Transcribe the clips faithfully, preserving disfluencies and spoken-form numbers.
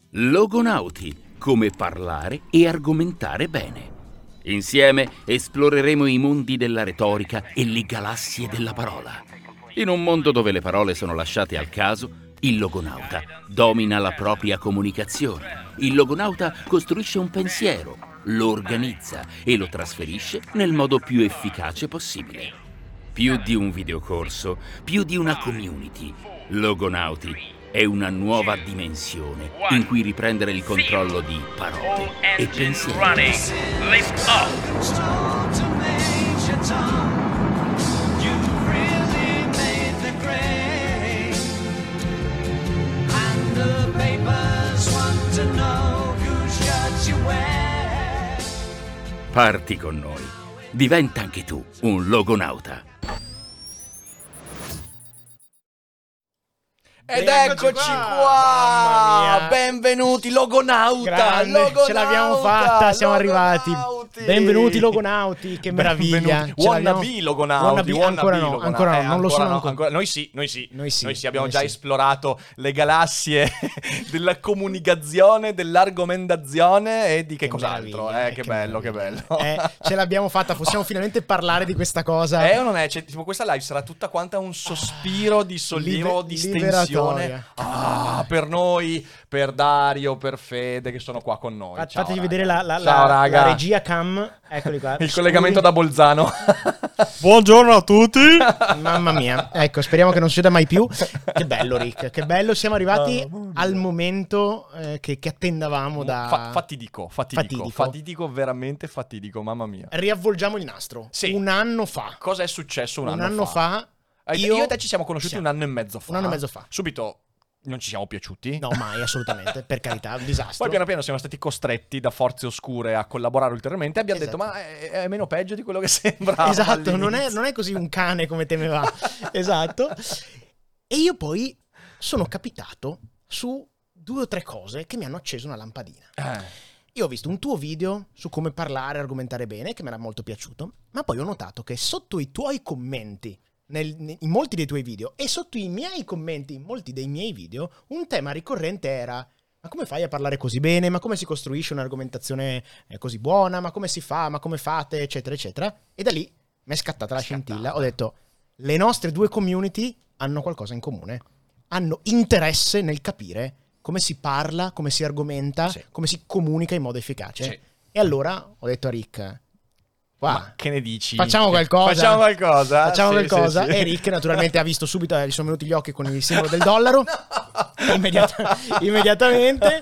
Logonauti, come parlare e argomentare bene. Insieme esploreremo i mondi della retorica e le galassie della parola. In un mondo dove le parole sono lasciate al caso, il logonauta domina la propria comunicazione. Il logonauta costruisce un pensiero, lo organizza e lo trasferisce nel modo più efficace possibile. Più di un videocorso, più di una community, Logonauti è una nuova dimensione in cui riprendere il controllo di parole e pensieri. Parti con noi. Diventa anche tu un logonauta. Ed eccoci qua, qua. Benvenuti Logonauta, Grande, Logonauta, ce l'abbiamo fatta, siamo Logonauti. arrivati. Benvenuti Logonauti, che meraviglia. Benvenuti. Wannabe Logonauti, wannabe, ancora no, Logonauti. ancora no, eh, non lo sono no, ancora. ancora. Noi sì, noi sì, noi sì, noi sì abbiamo noi già sì. esplorato le galassie della comunicazione, dell'argomentazione e di che, che cos'altro. Eh, che, che bello, meraviglia. che bello. Eh, ce l'abbiamo fatta, possiamo finalmente parlare di questa cosa. Eh o non è? Cioè, tipo, questa live sarà tutta quanta un sospiro di sollievo, Libe- di stensione. Ah, per noi, per Dario, per Fede che sono qua con noi. Fat- Ciao, Fateci raga. vedere la, la, Ciao, la, raga. la regia cam. Eccoli qua. Il Scuri. collegamento da Bolzano. Buongiorno a tutti. Mamma mia, ecco, speriamo che non succeda mai più. Che bello, Rick, che bello. Siamo arrivati oh, al momento eh, che, che attendavamo da... Fa- fatidico, fatidico, fatidico, fatidico, veramente fatidico, mamma mia. Riavvolgiamo il nastro. Sì. Un anno fa. Cosa è successo un, un anno, anno fa? fa? io... io e te ci siamo conosciuti siamo. un anno e mezzo fa. Un anno e mezzo fa. Subito non ci siamo piaciuti. No, mai, assolutamente, per carità, un disastro. Poi piano piano siamo stati costretti da forze oscure a collaborare ulteriormente e abbiamo esatto. detto ma è, è meno peggio di quello che sembra. Esatto, non è, non è così un cane come temeva. Esatto. E io poi sono capitato su due o tre cose che mi hanno acceso una lampadina. Eh. Io ho visto un tuo video su come parlare e argomentare bene, che mi era molto piaciuto, ma poi ho notato che sotto i tuoi commenti, nel, in molti dei tuoi video, e sotto i miei commenti in molti dei miei video, un tema ricorrente era: ma come fai a parlare così bene? Ma come si costruisce un'argomentazione così buona? Ma come si fa? Ma come fate? Eccetera, eccetera. E da lì mi è scattata la scintilla. Ho detto, le nostre due community hanno qualcosa in comune. Hanno interesse nel capire come si parla, come si argomenta, sì. come si comunica in modo efficace. Sì. E allora ho detto a Rick, wow, ma che ne dici? Facciamo qualcosa. Facciamo qualcosa. Facciamo sì, qualcosa. Sì, sì. E Rick naturalmente ha visto subito, gli sono venuti gli occhi con il simbolo del dollaro. No. Immediata, immediatamente.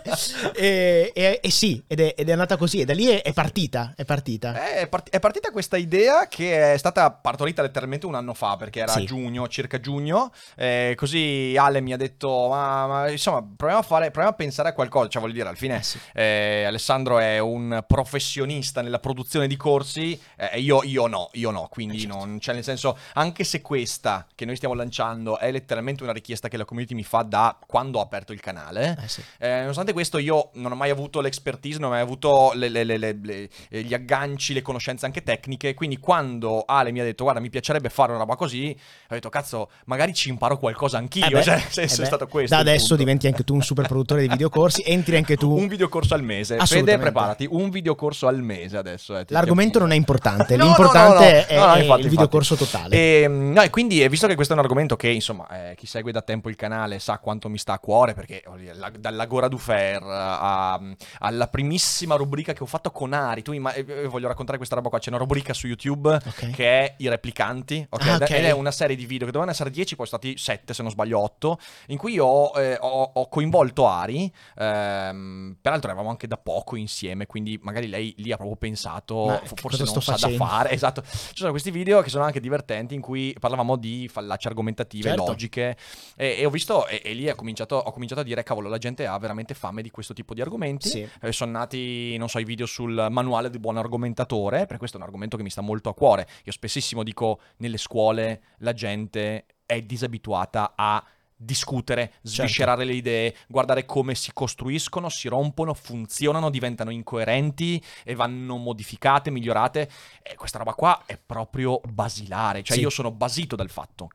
E, e, e sì, ed è, ed è andata così. E da lì è, è partita. È partita. È, part- è partita questa idea che è stata partorita letteralmente un anno fa, perché era sì. giugno, circa giugno. Eh, così Ale mi ha detto, ma, ma insomma, proviamo a fare, proviamo a pensare a qualcosa. Cioè, voglio dire, alla fine, sì. eh, Alessandro è un professionista nella produzione di corsi. Eh, io, io no, io no, quindi certo. non, cioè nel senso, anche se questa che noi stiamo lanciando è letteralmente una richiesta che la community mi fa da quando ho aperto il canale, eh sì. eh, nonostante questo io non ho mai avuto l'expertise, non ho mai avuto le, le, le, le, le, gli agganci, le conoscenze anche tecniche, quindi quando Ale mi ha detto guarda mi piacerebbe fare una roba così, ho detto cazzo magari ci imparo qualcosa anch'io, eh beh, cioè nel senso eh è stato questo. Da adesso punto. Diventi anche tu un super produttore di videocorsi, entri anche tu. Un videocorso al mese, Fede preparati, un videocorso al mese adesso. Eh, L'argomento non è importante, no, l'importante no, no, no. è, no, infatti, il videocorso totale. E, no, e quindi visto che questo è un argomento che insomma eh, chi segue da tempo il canale sa quanto mi sta a cuore, perché la, dall'Agora du Fair a, alla primissima rubrica che ho fatto con Ari, tu imma- eh, voglio raccontare questa roba qua, c'è una rubrica su YouTube okay. che è I Replicanti, okay? Ah, okay. Ed è una serie di video che dovevano essere dieci, poi sono stati sette se non sbaglio otto, in cui ho, eh, ho, ho coinvolto Ari, ehm, peraltro eravamo anche da poco insieme, quindi magari lei lì ha proprio pensato, ma forse non sa facendo? da fare, esatto, ci sono questi video che sono anche divertenti in cui parlavamo di fallaci argomentative, certo. logiche, e, e ho visto, e, e lì ho cominciato, ho cominciato a dire cavolo la gente ha veramente fame di questo tipo di argomenti, sì. eh, sono nati, non so, i video sul manuale di buon argomentatore, per questo è un argomento che mi sta molto a cuore, io spessissimo dico nelle scuole la gente è disabituata a discutere, sviscerare certo. le idee, guardare come si costruiscono, si rompono, funzionano, diventano incoerenti e vanno modificate, migliorate, e questa roba qua è proprio basilare, cioè sì. io sono basito dal fatto che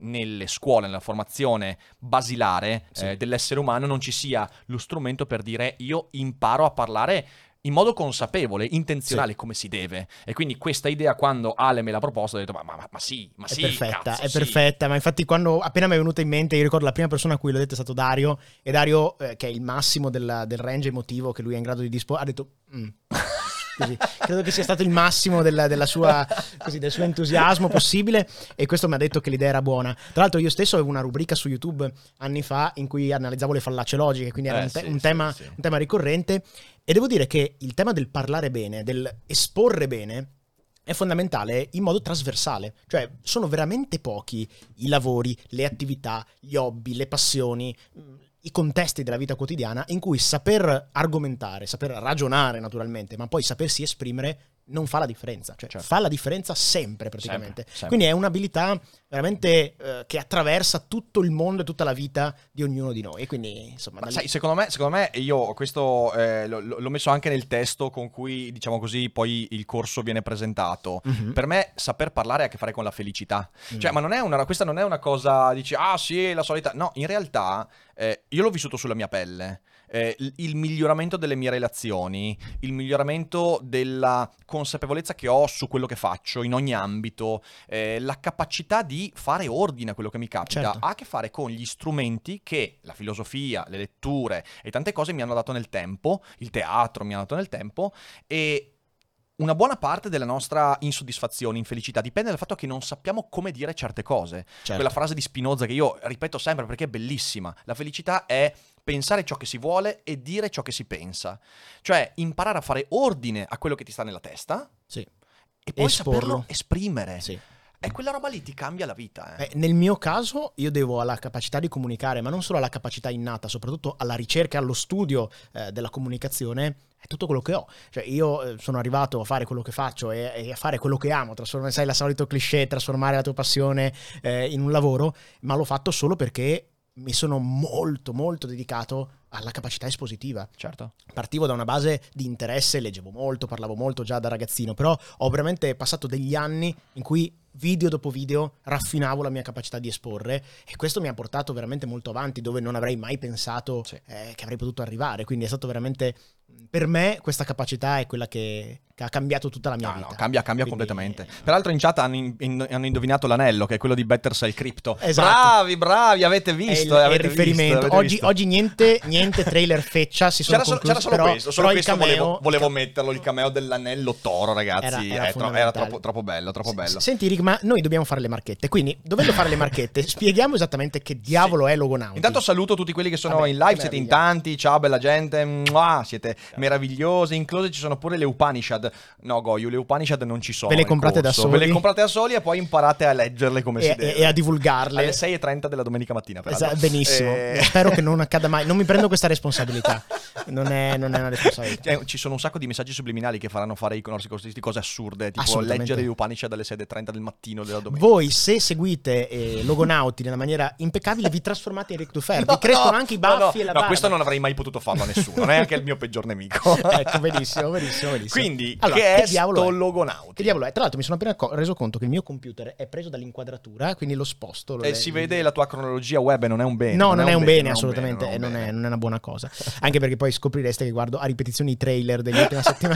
nelle scuole, nella formazione basilare Sì. eh, dell'essere umano non ci sia lo strumento per dire io imparo a parlare in modo consapevole, intenzionale, Sì. come si deve. E quindi questa idea, quando Ale me l'ha proposta, ho detto ma, ma, ma, ma sì, ma È sì, perfetta, cazzo, è sì. perfetta, ma infatti quando appena mi è venuta in mente, io ricordo la prima persona a cui l'ho detto è stato Dario, e Dario, eh, che è il massimo della- del range emotivo che lui è in grado di disporre, ha detto "Mm". Così. Credo che sia stato il massimo della, della sua, così, del suo entusiasmo possibile, e questo mi ha detto che l'idea era buona. Tra l'altro io stesso avevo una rubrica su YouTube anni fa in cui analizzavo le fallacie logiche, quindi era Eh, un, te- sì, un sì, tema, sì. un tema ricorrente, e devo dire che il tema del parlare bene, del esporre bene, è fondamentale in modo trasversale. Cioè sono veramente pochi i lavori, le attività, gli hobby, le passioni, i contesti della vita quotidiana in cui saper argomentare, saper ragionare naturalmente, ma poi sapersi esprimere non fa la differenza. Cioè Certo. fa la differenza sempre praticamente. Sempre, sempre. Quindi è un'abilità veramente eh, che attraversa tutto il mondo e tutta la vita di ognuno di noi. E quindi insomma... Ma dal- sai, secondo me, secondo me io questo eh, lo- lo- l'ho messo anche nel testo con cui, diciamo così, poi il corso viene presentato. Mhm. Per me saper parlare ha a che fare con la felicità. Mm. Cioè, ma non è una, questa non è una cosa, dici, ah sì, la solita... No, in realtà eh, io l'ho vissuto sulla mia pelle. Eh, il, il miglioramento delle mie relazioni, il miglioramento della consapevolezza che ho su quello che faccio in ogni ambito, eh, la capacità di fare ordine a quello che mi capita, Certo. ha a che fare con gli strumenti che la filosofia, le letture e tante cose mi hanno dato nel tempo, il teatro mi ha dato nel tempo, e una buona parte della nostra insoddisfazione, infelicità, dipende dal fatto che non sappiamo come dire certe cose. Certo. Quella frase di Spinoza che io ripeto sempre perché è bellissima. La felicità è pensare ciò che si vuole e dire ciò che si pensa. Cioè imparare a fare ordine a quello che ti sta nella testa Sì. e poi Esporlo. saperlo esprimere. Sì. E quella roba lì ti cambia la vita. Eh. Eh, nel mio caso io devo alla capacità di comunicare, ma non solo alla capacità innata, soprattutto alla ricerca e allo studio eh, della comunicazione, è tutto quello che ho. Cioè io eh, sono arrivato a fare quello che faccio e, e a fare quello che amo, trasformare, sai, la solito cliché, trasformare la tua passione eh, in un lavoro, ma l'ho fatto solo perché mi sono molto molto dedicato alla capacità espositiva. Certo. Partivo da una base di interesse, leggevo molto, parlavo molto già da ragazzino, però ho veramente passato degli anni in cui video dopo video raffinavo la mia capacità di esporre, e questo mi ha portato veramente molto avanti, dove non avrei mai pensato Sì. eh, che avrei potuto arrivare. Quindi è stato veramente, per me questa capacità è quella che, che ha cambiato tutta la mia No, vita. no, cambia, cambia Quindi- completamente. Peraltro in chat hanno, in- in- hanno indovinato l'anello, che è quello di Better Cell Crypto. Esatto. Bravi, bravi, avete È il, visto. è eh, il avete riferimento. visto, avete oggi, visto. oggi niente, niente trailer feccia, si sono C'era solo, conclusi, c'era solo però, questo, solo però il questo cameo, volevo, volevo metterlo, il cameo dell'anello toro, ragazzi. Era- era È tro- era fondamentale. troppo, troppo bello, troppo S- bello. Senti Rick, ma noi dobbiamo fare le marchette, quindi dovendo fare le marchette spieghiamo esattamente che diavolo è Logonauti. Intanto saluto tutti quelli che sono Vabbè, in live, che siete in meraviglia. tanti, ciao bella gente, Mua, siete meravigliosi, in close ci sono pure le Upanishad, no Goyu, le Upanishad non ci sono Ve le nel comprate da corso. soli. Ve le comprate da soli e poi imparate a leggerle come e, si e- deve. e a divulgarle. Alle sei e trenta della domenica mattina, peraltro. Esa- benissimo. Eh, Spero che non accada mai. Non mi prendo questa responsabilità. Non è, non è una responsabilità. cioè, ci sono un sacco di messaggi subliminali che faranno fare i nostri corsisti cose assurde, tipo Assolutamente. leggere le Upanishad alle sei e trenta del mattino della domenica. Voi, se seguite eh, Logonauti nella maniera impeccabile, vi trasformate in Rick Dufer. No, vi crescono no, anche i no, baffi no, e la no, barba. questo non avrei mai potuto farlo a nessuno, neanche il mio peggior nemico. Ecco, benissimo, benissimo, benissimo. Quindi, Allora, che è diavolo sto è? Logonauti? Che diavolo è? Tra l'altro mi sono appena co- reso conto che il mio computer è preso dall'inquadratura, quindi lo sposto. Lo E si vede la tua cronologia web e non è un bene. No, non, è un bene, non assolutamente, non è e un non, bene. è, non è una buona cosa. Anche perché poi scoprireste che guardo a ripetizioni i trailer dell'ultima settimana.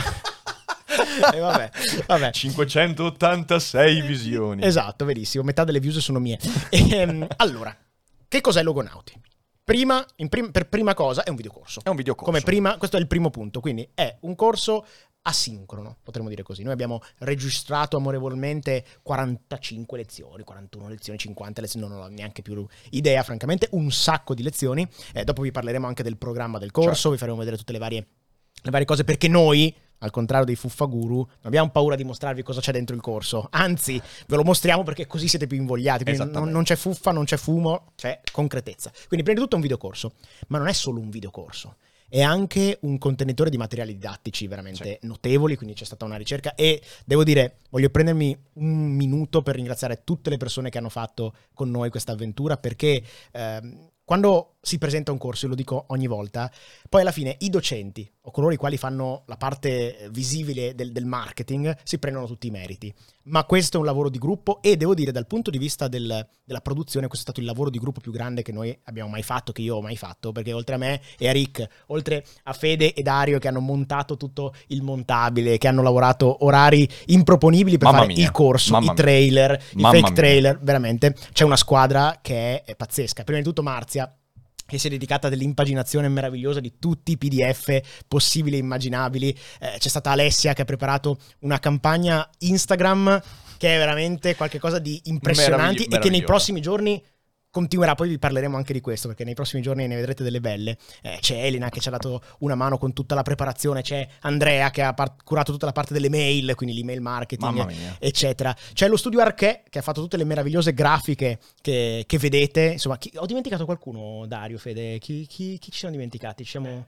E vabbè, vabbè. cinquecentottantasei visioni. Esatto, verissimo, metà delle views sono mie. Ehm, allora, che cos'è Logonauti? Prima, in prim- per prima cosa, è un videocorso. È un videocorso. Come prima, questo è il primo punto, quindi è un corso asincrono, potremmo dire così. Noi abbiamo registrato amorevolmente quarantacinque lezioni, quarantuno lezioni, cinquanta lezioni, non ho neanche più idea, francamente, un sacco di lezioni. Eh, dopo vi parleremo anche del programma del corso, Certo. vi faremo vedere tutte le varie, le varie cose, perché noi, al contrario dei fuffaguru, non abbiamo paura di mostrarvi cosa c'è dentro il corso, anzi ve lo mostriamo perché così siete più invogliati. Quindi non, Esattamente. non c'è fuffa, non c'è fumo, c'è concretezza. Quindi prima di tutto è un videocorso, ma non è solo un videocorso, è anche un contenitore di materiali didattici veramente notevoli, quindi c'è stata una ricerca, e devo dire, voglio prendermi un minuto per ringraziare tutte le persone che hanno fatto con noi questa avventura, perché ehm, quando si presenta un corso, io lo dico ogni volta, poi alla fine i docenti o coloro i quali fanno la parte visibile del, del marketing si prendono tutti i meriti. Ma questo è un lavoro di gruppo e devo dire dal punto di vista del, della produzione questo è stato il lavoro di gruppo più grande che noi abbiamo mai fatto, che io ho mai fatto, perché oltre a me e a Rick, oltre a Fede e Dario che hanno montato tutto il montabile, che hanno lavorato orari improponibili per Mamma fare mia. il corso, Mamma i trailer, i Mamma fake mia. trailer, veramente c'è una squadra che è, è pazzesca. Prima di tutto Marzia, che si è dedicata dell'impaginazione meravigliosa di tutti i P D F possibili e immaginabili. Eh, c'è stata Alessia che ha preparato una campagna Instagram che è veramente qualcosa di impressionante Meravigli- e che nei meravigliosa. prossimi giorni continuerà. Poi vi parleremo anche di questo, perché nei prossimi giorni ne vedrete delle belle. Eh, c'è Elena che ci ha dato una mano con tutta la preparazione, c'è Andrea che ha par- curato tutta la parte delle mail, quindi l'email marketing, Mamma mia. eccetera. C'è lo studio Arché che ha fatto tutte le meravigliose grafiche che, che vedete. Insomma, chi- ho dimenticato qualcuno, Dario, Fede? Chi, chi, chi ci siamo dimenticati? Ci siamo...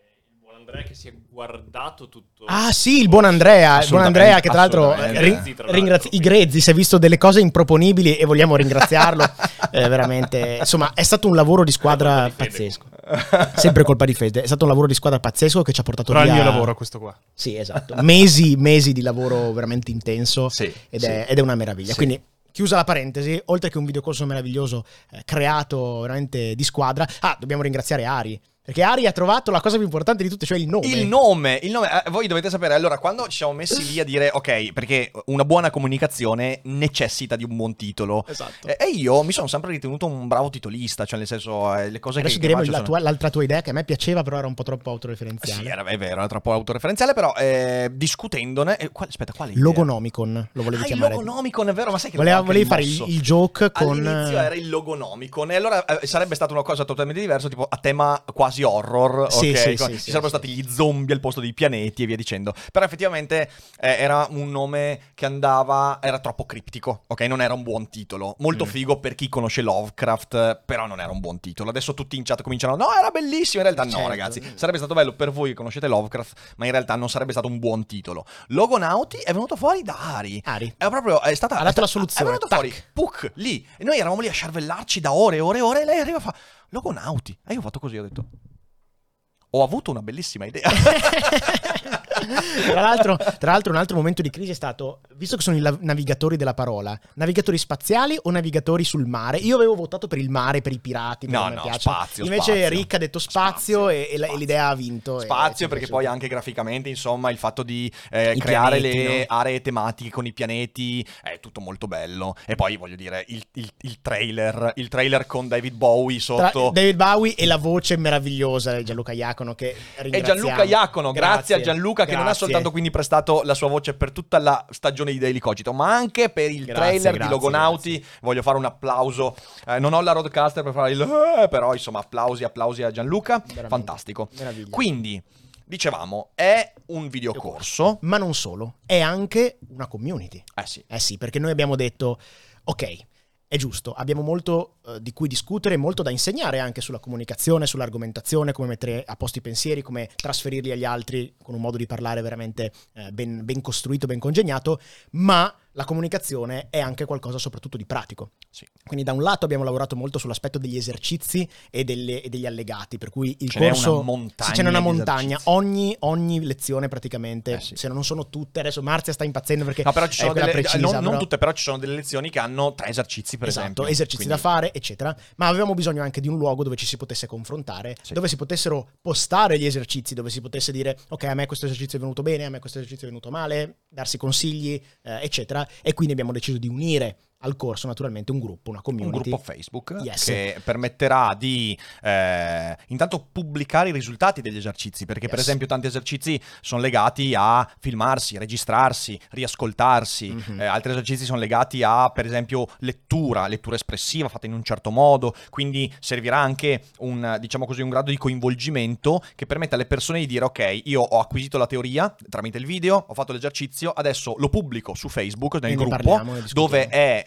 Andrea che si è guardato tutto. Ah sì, il buon Andrea, il buon Andrea che tra l'altro assolutamente. rin- Grezzi, tra l'altro. ringrazi- i Grezzi, si è visto delle cose improponibili e vogliamo ringraziarlo. Eh, veramente, insomma, è stato un lavoro di squadra È colpa di Fede, pazzesco. Sempre colpa di Fede, è stato un lavoro di squadra pazzesco che ci ha portato Però è via... il mio lavoro questo qua. Sì, esatto. Mesi, mesi di lavoro veramente intenso Sì, ed, sì. È, ed è una meraviglia. Sì. Quindi, chiusa la parentesi, oltre che un videocorso meraviglioso eh, creato veramente di squadra, ah, dobbiamo ringraziare Ari. Perché Ari ha trovato la cosa più importante di tutte, cioè il nome. Il nome, il nome, eh, voi dovete sapere, allora, quando ci siamo messi lì a dire, ok, perché una buona comunicazione necessita di un buon titolo. Esatto. Eh, E io mi sono sempre ritenuto un bravo titolista, cioè nel senso, eh, le cose Adesso che, che diremo faccio la sono- tua- l'altra tua idea che a me piaceva, però era un po' troppo autoreferenziale. Sì, era, è vero, era troppo autoreferenziale, però eh, discutendone... eh, qual- aspetta, quale idea? Logonomicon, lo volevi Ah, il chiamare. Logonomicon, è vero, ma sai che Voleva- l'avevo anche volevi fare rimosso. il, il joke con... All'inizio era il Logonomicon e allora eh, sarebbe stata una cosa totalmente diversa, tipo a tema quasi horror, Sì, ok? sì, Con- sì, ci sì, sarebbero sì. stati gli zombie al posto dei pianeti e via dicendo. Però effettivamente eh, era un nome che andava, era troppo criptico, ok? Non era un buon titolo. Molto Mm. figo per chi conosce Lovecraft, però non era un buon titolo. Adesso tutti in chat cominciano, no, era bellissimo. In realtà no, Certo. ragazzi. Sarebbe stato bello per voi che conoscete Lovecraft, ma in realtà non sarebbe stato un buon titolo. Logonauti è venuto fuori da Ari. Ari. È proprio, è stata... Ha dato è la sta- soluzione, È venuto tac. fuori, puc, lì. E noi eravamo lì a scervellarci da ore e ore e ore e lei arriva e fa, Logonauti. E io ho fatto così, ho detto... Ho avuto una bellissima idea. tra, l'altro, tra l'altro un altro momento di crisi è stato, visto che sono i la- navigatori della parola, navigatori spaziali o navigatori sul mare? Io avevo votato per il mare, per i pirati, perché No, mi no, piacciono. spazio, Invece spazio. Rick ha detto spazio, Spazio, e, e la- e spazio. l'idea ha vinto. e ci Spazio, è perché piaciuto. poi anche graficamente, insomma, il fatto di eh, I creare pianeti, le no? aree tematiche con i pianeti è tutto molto bello. E poi, voglio dire, il, il- il trailer, il trailer con David Bowie Tra sotto... David Bowie e la voce meravigliosa di Gianluca Iacono, che E ringraziamo. Gianluca Iacono, grazie, a Gianluca che non ha grazie. soltanto quindi prestato la sua voce per tutta la stagione di Daily Cogito, ma anche per il Grazie, trailer grazie, di Logonauti. Voglio fare un applauso. Eh, non ho la roadcaster per fare il eh, però insomma applausi, applausi a Gianluca. Veramente. Fantastico. Meraviglia. Quindi, dicevamo, è un videocorso. Ma non solo, è anche una community. Eh sì. Eh sì, perché noi abbiamo detto, ok, è giusto, abbiamo molto eh, di cui discutere, molto da insegnare anche sulla comunicazione, sull'argomentazione, come mettere a posto i pensieri, come trasferirli agli altri con un modo di parlare veramente eh, ben, ben costruito, ben congegnato, ma la comunicazione è anche qualcosa soprattutto di pratico. Sì. Quindi da un lato abbiamo lavorato molto sull'aspetto degli esercizi e, delle- e degli allegati, per cui il Ce n'è corso... una montagna sì, ce n'è una di montagna, esercizi. ogni, ogni lezione praticamente, Eh sì. se non sono tutte, adesso Marzia sta impazzendo perché No, però ci è sono quella delle, precisa, non, non però- tutte, però ci sono delle lezioni che hanno tre esercizi, per esatto, esempio. esercizi Quindi- da fare, eccetera. Ma avevamo bisogno anche di un luogo dove ci si potesse confrontare, Sì. dove si potessero postare gli esercizi, dove si potesse dire, ok, a me questo esercizio è venuto bene, a me questo esercizio è venuto male, darsi consigli, eh, eccetera. E quindi abbiamo deciso di unire al corso naturalmente un gruppo, una un community. gruppo Facebook Yes. che permetterà di eh, intanto pubblicare i risultati degli esercizi, perché per Yes. esempio tanti esercizi sono legati a filmarsi, registrarsi, riascoltarsi. Mhm. Eh, altri esercizi sono legati a, per esempio, lettura, lettura espressiva fatta in un certo modo, quindi servirà anche un, diciamo così, un grado di coinvolgimento che permette alle persone di dire, ok, io ho acquisito la teoria tramite il video, ho fatto l'esercizio, adesso lo pubblico su Facebook nel E ne gruppo, parliamo, ne discutiamo. dove è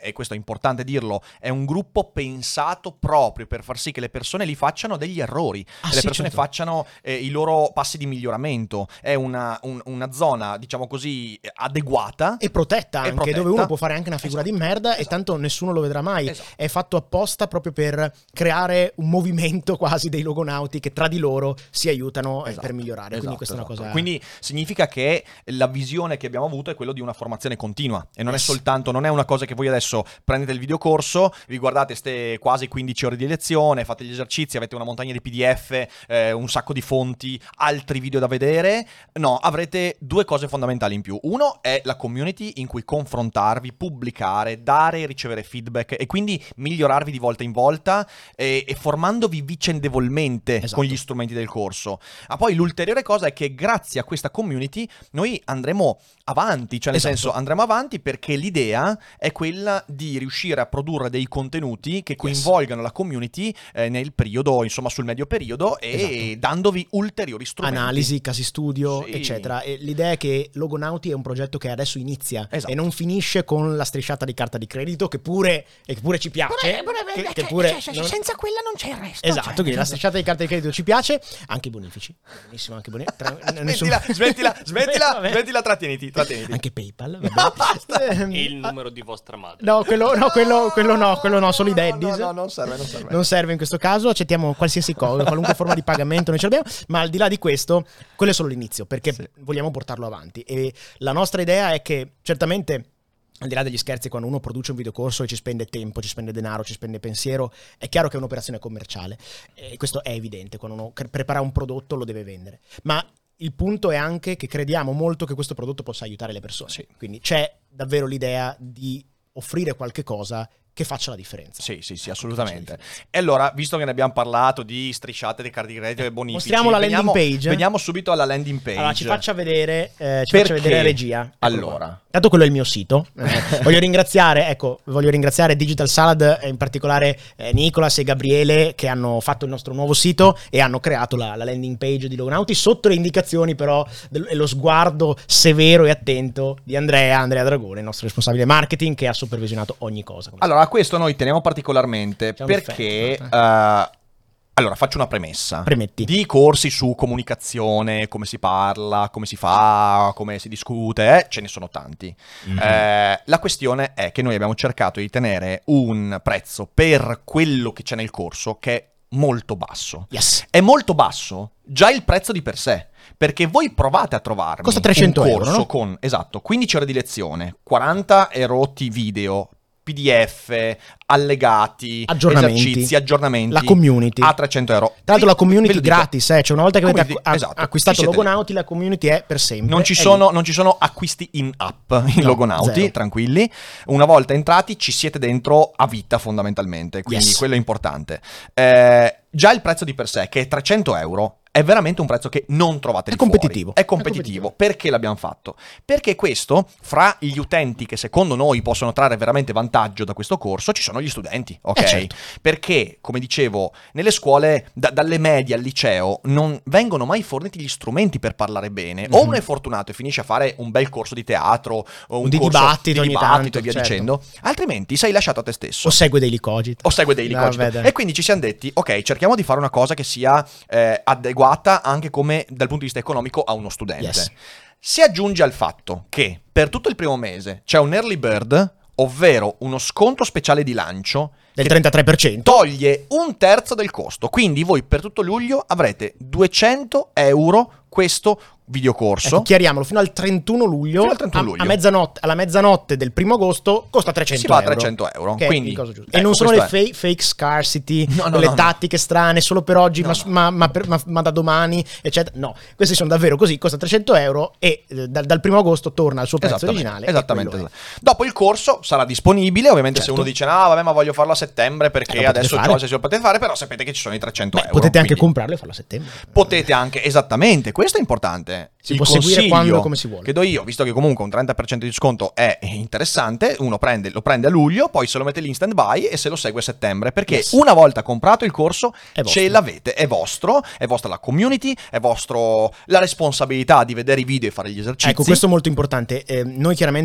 e questo è importante dirlo, è un gruppo pensato proprio per far sì che le persone li facciano degli errori, Ah, che le sì, persone certo. facciano eh, i loro passi di miglioramento. È una, un- una zona, diciamo così, adeguata. E protetta E anche, protetta. dove uno può fare anche una figura Esatto, di merda e esatto. tanto nessuno lo vedrà mai. Esatto. È fatto apposta proprio per creare un movimento quasi dei logonauti che tra di loro si aiutano eh, Esatto, per migliorare. Quindi esatto, questa è una esatto. cosa... Quindi significa che la visione che abbiamo avuto è quello di una formazione continua e non Yes. è soltanto, non è una cosa che voi adesso prendete il videocorso, vi guardate ste quasi quindici ore di lezione, fate gli esercizi, avete una montagna di P D F, eh, un sacco di fonti, altri video da vedere. No, avrete due cose fondamentali in più. Uno è la community in cui confrontarvi, pubblicare, dare e ricevere feedback e quindi migliorarvi di volta in volta e, e formandovi vicendevolmente Esatto. con gli strumenti del corso. Ma poi l'ulteriore cosa è che grazie a questa community noi andremo avanti, cioè nel Esatto. senso andremo avanti perché l'idea è quella di riuscire a produrre dei contenuti che coinvolgano la community eh, nel periodo, insomma sul medio periodo e Esatto. dandovi ulteriori strumenti. Analisi, casi studio, Sì. eccetera. E l'idea è che Logonauti è un progetto che adesso inizia Esatto. e non finisce con la strisciata di carta di credito che pure, e che pure ci piace. che, che pure non- senza quella non c'è il resto. Esatto, cioè, quindi la strisciata di carta di credito ci piace, anche i bonifici. Benissimo, anche i bonifici. Tra- nessun- Smettila, smettila, smettila, Vabbè. smettila, trattieniti, trattieniti. Anche PayPal, vabbè. Ehm, E il numero di vostra madre. No, quello no, quello, quello no, quello no, solo i No, daddies. no, no, non serve, non serve. Non serve in questo caso, accettiamo qualsiasi cosa, qualunque forma di pagamento noi ce l'abbiamo, ma al di là di questo, quello è solo l'inizio, perché Sì. vogliamo portarlo avanti. E la nostra idea è che, certamente, al di là degli scherzi, quando uno produce un videocorso e ci spende tempo, ci spende denaro, ci spende pensiero, è chiaro che è un'operazione commerciale. E questo è evidente, quando uno cre- prepara un prodotto lo deve vendere. Ma il punto è anche che crediamo molto che questo prodotto possa aiutare le persone. Sì. Quindi c'è davvero l'idea di offrire qualche cosa che faccia la differenza. Sì, sì, sì, Ecco, assolutamente. E allora, visto che ne abbiamo parlato di strisciate, di carte di credito e bonifici, mostriamo la landing veniamo, page? Veniamo subito alla landing page. Allora, ci faccia vedere, eh, ci Perché? faccia vedere regia. Eccolo Allora. qua. Tanto quello è il mio sito. Eh, voglio ringraziare, ecco, voglio ringraziare Digital Salad, e in particolare eh, Nicolas e Gabriele, che hanno fatto il nostro nuovo sito e hanno creato la, la landing page di Logonauti sotto le indicazioni però del- e lo sguardo severo e attento di Andrea, Andrea Dragone, il nostro responsabile marketing, che ha supervisionato ogni cosa. Allora, a questo noi teniamo particolarmente C'è un perché... effetto, eh, allora, faccio una premessa. Premetti. Di corsi su comunicazione, come si parla, come si fa, come si discute, eh, ce ne sono tanti. Mm-hmm. Eh, la questione è che noi abbiamo cercato di tenere un prezzo per quello che c'è nel corso che è molto basso. Yes. È molto basso già il prezzo di per sé. Perché voi provate a trovarmi Costa trecento un euro, corso no? con, esatto, quindici ore di lezione, quaranta erotti video, P D F, allegati, Aggiornamenti. esercizi, aggiornamenti. La community. A trecento euro. Tra l'altro la Ve community lo dico. gratis, eh? Cioè una volta che avete Community, acqu- esatto. acquistato Sì, siete lì. Logonauti, la community è per sempre. Non ci, è sono, lì. non ci sono acquisti in app, in No, Logonauti, zero. tranquilli. Una volta entrati ci siete dentro a vita fondamentalmente, quindi Yes. quello è importante. Eh, già il prezzo di per sé, che è trecento euro, è veramente un prezzo che non trovate È lì fuori. competitivo. È competitivo. Perché l'abbiamo fatto? Perché questo, fra gli utenti che secondo noi possono trarre veramente vantaggio da questo corso, ci sono gli studenti, ok? Eh, certo. Perché, come dicevo, nelle scuole, da- dalle medie al liceo, non vengono mai forniti gli strumenti per parlare bene. O Mhm. uno è fortunato e finisce a fare un bel corso di teatro, o un Di corso dibattito di ogni dibattito tanto, e via certo. dicendo. Altrimenti sei lasciato a te stesso. O segue Daily Cogito. O segue Daily Vabbè, Cogito. dai. E quindi ci siamo detti, ok, cerchiamo di fare una cosa che sia eh, adeguata anche come dal punto di vista economico a uno studente. Yes. Si aggiunge al fatto che per tutto il primo mese c'è un early bird, ovvero uno sconto speciale di lancio Del che trentatré per cento. toglie un terzo del costo. Quindi voi per tutto luglio avrete duecento euro questo videocorso. Ecco, chiariamolo, fino al trentuno luglio, Fino al trentuno a- luglio. A, mezzanotte, alla mezzanotte del primo agosto costa trecento Si va a euro. trecento euro, Che è quindi, il coso giusto. ecco, e non sono le questo è. fa- fake scarcity, No, no, le no, no. tattiche strane solo per oggi, No, ma, no. ma- ma per- ma- ma da domani, eccetera. No, questi sono davvero così, costa trecento euro e eh, dal, dal primo agosto torna al suo prezzo Esattamente, originale. e esattamente. quello è. Dopo il corso sarà disponibile, ovviamente Certo. se uno dice no vabbè ma voglio farlo a settembre Eh, perché lo potete adesso fare. già se lo potete fare, però sapete che ci sono i trecento Beh, euro. potete anche quindi comprarlo e farlo a settembre. Potete anche, esattamente, questo è importante. Si Il può seguire consiglio quando e come si vuole. che do io, visto che comunque un trenta per cento di sconto è interessante, uno prende, lo prende a luglio, poi se lo mette lì in stand by e se lo segue a settembre, perché Yes. una volta comprato il corso È vostro. ce l'avete, è vostro, è vostra la community, è vostro la responsabilità di vedere i video e fare gli esercizi. Ecco, questo è molto importante. Eh, noi chiaramente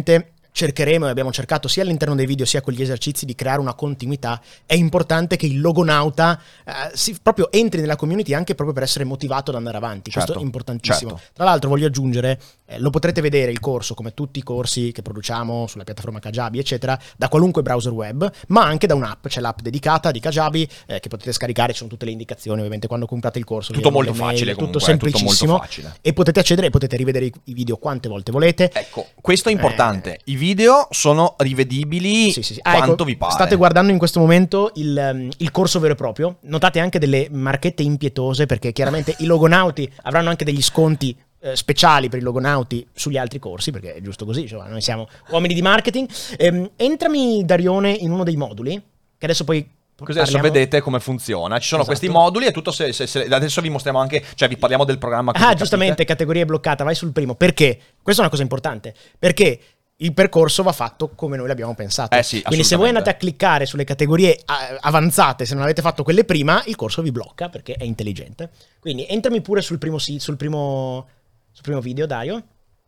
cercheremo e abbiamo cercato sia all'interno dei video sia con gli esercizi di creare una continuità. È importante che il logonauta eh, si, proprio entri nella community anche proprio per essere motivato ad andare avanti. Certo, Questo è importantissimo. certo. Tra l'altro voglio aggiungere, eh, lo potrete vedere il corso come tutti i corsi che produciamo sulla piattaforma Kajabi eccetera, da qualunque browser web, ma anche da un'app. C'è l'app dedicata di Kajabi eh, che potete scaricare, ci sono tutte le indicazioni ovviamente quando comprate il corso. Tutto molto mail, facile tutto comunque, semplicissimo, tutto molto facile. e potete accedere e potete rivedere i, i video quante volte volete. Ecco, questo è importante. Eh, I video sono rivedibili Sì, sì, sì. Ah, quanto ecco, vi pare. State guardando in questo momento il, um, il corso vero e proprio. Notate anche delle marchette impietose perché chiaramente i logonauti avranno anche degli sconti eh, speciali per i logonauti sugli altri corsi, perché è giusto così, cioè, noi siamo uomini di marketing. Ehm, entrami, Darione, in uno dei moduli, che adesso poi Così adesso parliamo. vedete come funziona. Ci sono Esatto. questi moduli e tutto se, se, se- adesso vi mostriamo anche, cioè vi parliamo del programma. così Ah, capite. giustamente, categoria bloccata, vai sul primo. Perché? Questa è una cosa importante. Perché il percorso va fatto come noi l'abbiamo pensato. Eh sì, Quindi se voi assolutamente. andate a cliccare sulle categorie a- avanzate, se non avete fatto quelle prima, il corso vi blocca perché è intelligente. Quindi entrami pure sul primo, sì, sul primo, sul primo video, Dario.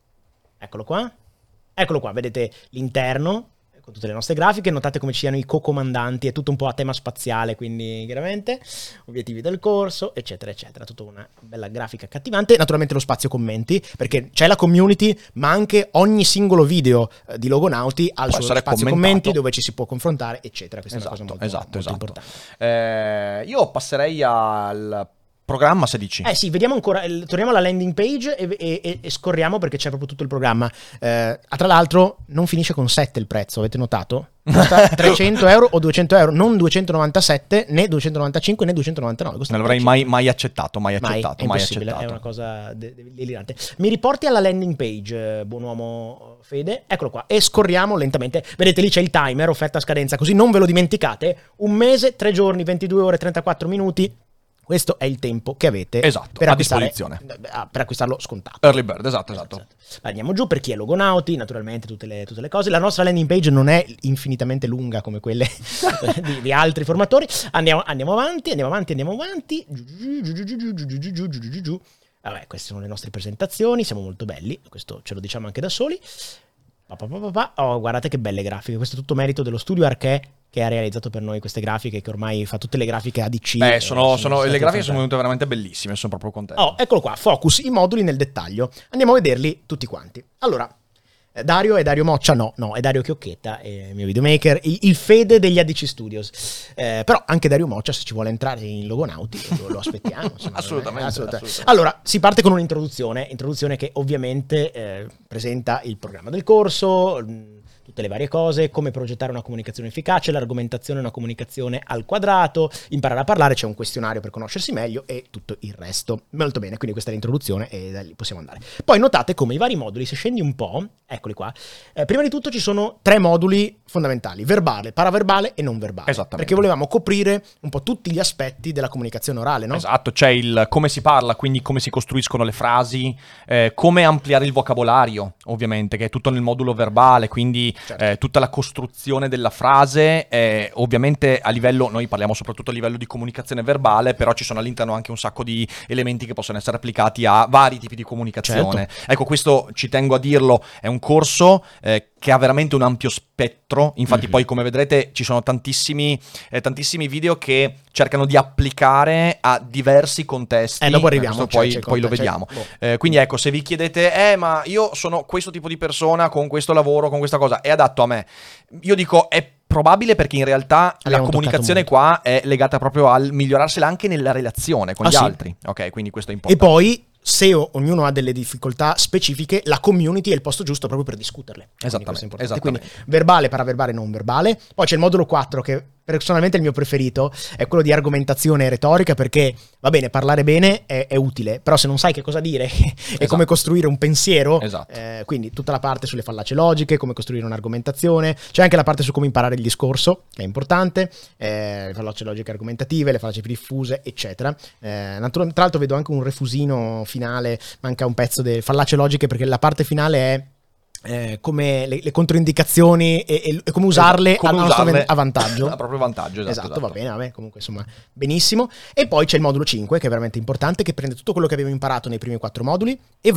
Eccolo qua. Eccolo qua, vedete l'interno con tutte le nostre grafiche, notate come ci siano i co-comandanti, è tutto un po' a tema spaziale, quindi chiaramente obiettivi del corso, eccetera, eccetera, tutta una bella grafica accattivante, naturalmente lo spazio commenti, perché c'è la community, ma anche ogni singolo video eh, di Logonauti ha il Può suo essere spazio commentato. commenti dove ci si può confrontare, eccetera. Questa Esatto, è una cosa molto, esatto, molto esatto. importante. Eh, io passerei al programma sedici. Eh sì, vediamo ancora, il- torniamo alla landing page e, e- e- e scorriamo perché c'è proprio tutto il programma. Eh, ah, tra l'altro non finisce con sette il prezzo, avete notato? Costa trecento euro o duecento euro, non duecentonovantasette, né duecentonovantacinque, né duecentonovantanove. Costa Non l'avrei trecento. mai, mai accettato, mai Mai, accettato, è mai impossibile, accettato. è una cosa de- de- delirante. Mi riporti alla landing page, eh, buon uomo Fede, eccolo qua, e scorriamo lentamente. Vedete lì c'è il timer, offerta a scadenza, così non ve lo dimenticate. Un mese, tre giorni, ventidue ore, trentaquattro minuti. Questo è il tempo che avete Esatto, per, a acquistare, disposizione. ah, per acquistarlo scontato. Early bird, esatto, esatto. Andiamo giù per chi è Logonauti, naturalmente tutte le, tutte le cose. La nostra landing page non è infinitamente lunga come quelle di, di altri formatori. Andiamo, andiamo avanti, andiamo avanti, andiamo avanti. Giù, giù, giù, giù, giù, giù, giù, giù, giù, giù, giù, giù. Vabbè, queste sono le nostre presentazioni, siamo molto belli, questo ce lo diciamo anche da soli. Pa, pa, pa, pa, pa. Oh, guardate che belle grafiche, questo è tutto merito dello studio Arché che ha realizzato per noi queste grafiche, che ormai fa tutte le grafiche A D C. Beh, eh, sono, sono- le state grafiche sono fantastiche. venute veramente bellissime, sono proprio contento. Oh, eccolo qua, focus, i moduli nel dettaglio. Andiamo a vederli tutti quanti. Allora, eh, Dario è Dario Moccia? No, no, è Dario Chiocchetta, è il mio videomaker, il, il Fede degli A D C Studios. Eh, però anche Dario Moccia, se ci vuole entrare in Logonauti, lo, lo aspettiamo. insomma, Assolutamente, eh, assolutamente. Allora, si parte con un'introduzione, introduzione che ovviamente eh, presenta il programma del corso, mh, tutte le varie cose, come progettare una comunicazione efficace, l'argomentazione è una comunicazione al quadrato, imparare a parlare, c'è un questionario per conoscersi meglio e tutto il resto. Molto bene, quindi questa è l'introduzione e da lì possiamo andare. Poi notate come i vari moduli, se scendi un po', eccoli qua, eh, prima di tutto ci sono tre moduli fondamentali, verbale, paraverbale e non verbale. Esattamente. Perché volevamo coprire un po' tutti gli aspetti della comunicazione orale, no? Esatto, c'è il come si parla, quindi come si costruiscono le frasi, eh, come ampliare il vocabolario, ovviamente, che è tutto nel modulo verbale, quindi Certo. eh, tutta la costruzione della frase, eh, ovviamente a livello, noi parliamo soprattutto a livello di comunicazione verbale, però ci sono all'interno anche un sacco di elementi che possono essere applicati a vari tipi di comunicazione. Ecco, questo ci tengo a dirlo, è un corso eh, che ha veramente un ampio spettro, infatti Mhm. poi come vedrete ci sono tantissimi, eh, tantissimi video che cercano di applicare a diversi contesti. Eh, dopo arriviamo, Questo cioè, poi, c'è poi lo conte- c'è- vediamo. boh. Eh, quindi ecco, se vi chiedete, eh ma io sono questo tipo di persona con questo lavoro, con questa cosa, è adatto a me. Io dico, è probabile perché in realtà Abbiamo la toccato comunicazione molto. qua è legata proprio al migliorarsela anche nella relazione con Ah, gli sì? altri. Ok, quindi questo è E importante. poi, se o- ognuno ha delle difficoltà specifiche, la community è il posto giusto proprio per discuterle. Quindi Esattamente, questo è importante. esattamente. Quindi verbale, paraverbale, non verbale. Poi c'è il modulo quattro che personalmente è il mio preferito, è quello di argomentazione e retorica, perché va bene, parlare bene è, è utile, però se non sai che cosa dire e Esatto. come costruire un pensiero, Esatto. eh, quindi tutta la parte sulle fallacie logiche, come costruire un'argomentazione, c'è anche la parte su come imparare il discorso, che è importante, eh, le fallacie logiche argomentative, le fallacie più diffuse, eccetera. Eh, natura- tra l'altro vedo anche un refusino finale, manca un pezzo delle fallacie logiche perché la parte finale è eh, come le, le controindicazioni e, e- e come usarle Come a nostro usarle ven- a vantaggio. a proprio vantaggio, esatto, Esatto, esatto. va bene, vabbè, comunque insomma, benissimo. E poi c'è il modulo cinque che è veramente importante, che prende tutto quello che abbiamo imparato nei primi quattro moduli e va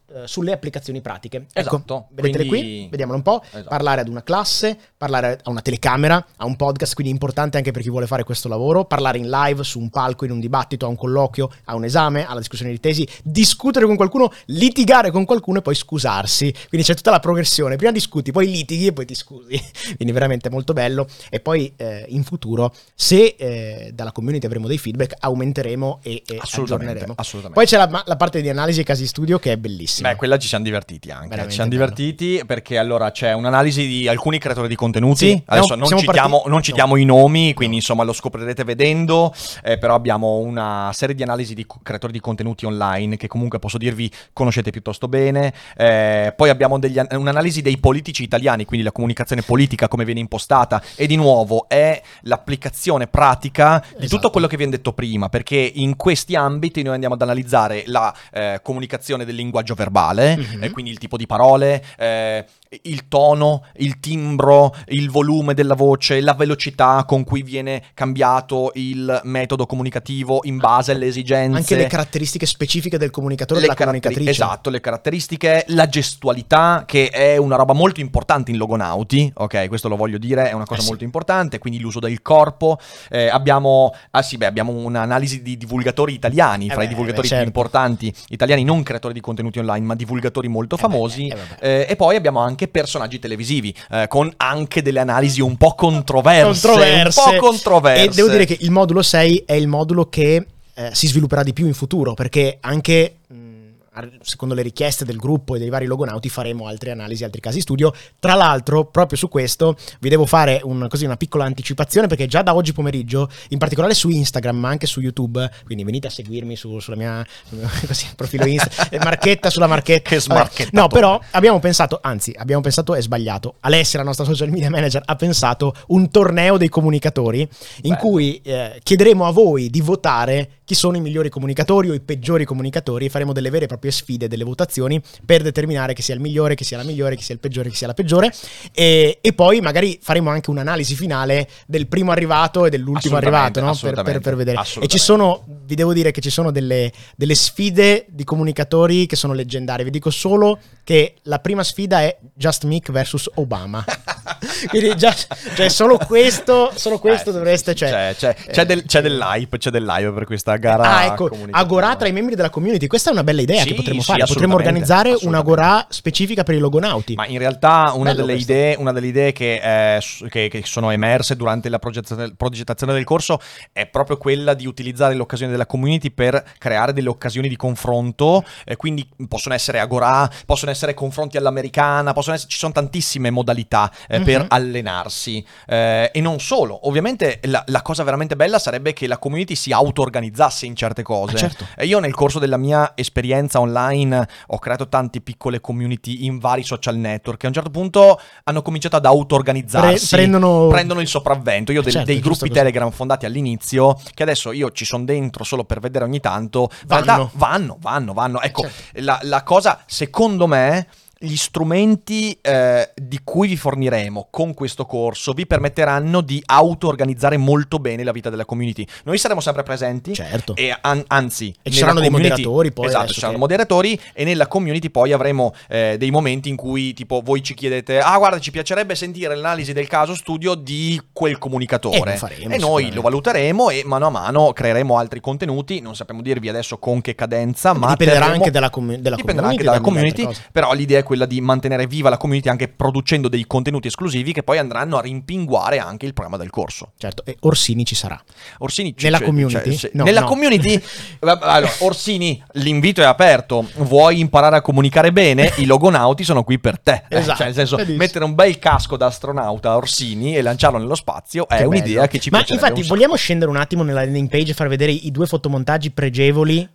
eh, sulle applicazioni pratiche. Esatto, Ecco, vedetele quindi- qui, vediamolo un po'. Esatto. Parlare ad una classe, parlare a una telecamera, a un podcast, quindi importante anche per chi vuole fare questo lavoro, parlare in live, su un palco, in un dibattito, a un colloquio, a un esame, alla discussione di tesi, discutere con qualcuno, litigare con qualcuno e poi scusarsi. Quindi c'è tutta la progressione, prima discuti, poi litighi e poi ti scusi. Quindi veramente molto bello. E poi eh, in futuro, se eh, dalla community avremo dei feedback, aumenteremo e, e Assolutamente, aggiorneremo. assolutamente. Poi c'è la, la parte di analisi e casi studio che è bellissima. Beh, quella ci siamo divertiti anche. Veramente Ci siamo bello. divertiti perché allora c'è un'analisi di alcuni creatori di contenuti. Sì, Adesso siamo- non siamo citiamo, partiti- non citiamo no. i nomi, quindi No. insomma lo scoprirete vedendo. eh, però abbiamo una serie di analisi di co- creatori di contenuti online che comunque posso dirvi conoscete piuttosto bene. Eh, poi abbiamo degli an- un'analisi dei politici italiani, quindi la comunicazione politica, come viene impostata. E di nuovo è l'applicazione pratica di Esatto. tutto quello che vi ho detto prima, perché in questi ambiti noi andiamo ad analizzare la eh, comunicazione del linguaggio verbale, Mhm. eh, quindi il tipo di parole, eh, il tono, il timbro, il volume della voce, la velocità con cui viene cambiato il metodo comunicativo in base alle esigenze. Anche le caratteristiche specifiche del comunicatore e Le della caratteri- comunicatrice. Esatto, le caratteristiche, la gestualità, che è una roba molto importante in Logonauti, ok, questo lo voglio dire, è una cosa Eh sì. molto importante, quindi l'uso del corpo. Eh, abbiamo, ah sì, beh, abbiamo un'analisi di divulgatori italiani, Eh fra i beh, divulgatori beh, certo. più importanti italiani, non creatori di contenuti online, ma divulgatori molto Eh beh, famosi. eh vabbè. Eh, e poi abbiamo anche personaggi televisivi, eh, con anche delle analisi un po' controverse. Controverse. Un po' controverse. E devo dire che il modulo sei è il modulo che eh, si svilupperà di più in futuro, perché anche mh, ar- secondo le richieste del gruppo e dei vari logonauti faremo altre analisi, altri casi studio. Tra l'altro, proprio su questo vi devo fare un, così, una piccola anticipazione, perché già da oggi pomeriggio, in particolare su Instagram ma anche su YouTube, quindi venite a seguirmi su, sulla mia sul mio, così, profilo Insta, eh, marchetta sulla marchetta. Che Vabbè, smarchettato. no, però abbiamo pensato, anzi abbiamo pensato, è sbagliato, Alessia, la nostra social media manager, ha pensato un torneo dei comunicatori in Bello. cui eh, chiederemo a voi di votare chi sono i migliori comunicatori o i peggiori comunicatori, e faremo delle vere e proprie sfide, delle votazioni per determinare chi sia il migliore, chi sia la migliore, chi sia il peggiore, chi sia la peggiore, e, e poi magari faremo anche un'analisi finale del primo arrivato e dell'ultimo Assolutamente, arrivato, no? per, per, assolutamente, per vedere. E assolutamente. ci sono, vi devo dire che ci sono delle, delle sfide di comunicatori che sono leggendarie. Vi dico solo che la prima sfida è Just Mick versus Obama. Quindi già, cioè solo questo, solo questo Eh, sì, dovreste, sì, sì, cioè, c'è, c'è, c'è del, c'è dell'hype, c'è dell'hype per questa gara. Ah, ecco, comunicativa. Agorà tra i membri della community. Questa è una bella idea Sì, che potremmo sì, fare. Potremmo assolutamente, organizzare assolutamente. un'agorà specifica per i logonauti. Ma in realtà una Bello delle, questo. idee, una delle idee che, eh, s- che- che sono emerse durante la progettazione, progettazione del corso è proprio quella di utilizzare l'occasione della community per creare delle occasioni di confronto. Eh, quindi possono essere agorà, possono essere confronti all'americana, possono essere, ci sono tantissime modalità eh, per Mhm. allenarsi. Eh, e non solo, ovviamente la, la cosa veramente bella sarebbe che la community si auto-organizzasse in certe cose. Ah, certo. E io nel corso della mia esperienza online ho creato tante piccole community in vari social network che a un certo punto hanno cominciato ad auto-organizzarsi, Pre- prendono- prendono il sopravvento. Io ho del- Certo, dei giusto gruppi così. Telegram fondati all'inizio che adesso io ci sono dentro solo per vedere ogni tanto. In Vanno. realtà vanno, vanno, vanno. Ecco, Certo. la, la cosa secondo me... Gli strumenti eh, di cui vi forniremo con questo corso vi permetteranno di auto-organizzare molto bene la vita della community. Noi saremo sempre presenti, Certo. e an- anzi, E ci nella saranno dei community- moderatori poi, Esatto, adesso ci saranno che- moderatori, e nella community poi avremo eh, dei momenti in cui tipo voi ci chiedete: ah, guarda, ci piacerebbe sentire l'analisi del caso studio di quel comunicatore. E lo faremo, E noi sicuramente. lo valuteremo e mano a mano creeremo altri contenuti. Non sappiamo dirvi adesso con che cadenza, ma dipenderà terremo- anche dalla, commu- della dipenderà community, anche dalla da mille community, altre cose. però l'idea è quella di mantenere viva la community anche producendo dei contenuti esclusivi che poi andranno a rimpinguare anche il programma del corso. Certo, e Orsini ci sarà. Orsini ci- Nella cioè- community? cioè, se- No, nella no. community? Vabbè, allora, Orsini, l'invito è aperto. Vuoi imparare a comunicare bene? I logonauti sono qui per te. Eh, Esatto, cioè, nel senso, benissimo. mettere un bel casco da astronauta a Orsini e lanciarlo nello spazio è Che un'idea bello. che ci Ma piacerebbe infatti un sacco. vogliamo scendere un attimo nella landing page e far vedere i due fotomontaggi pregevoli?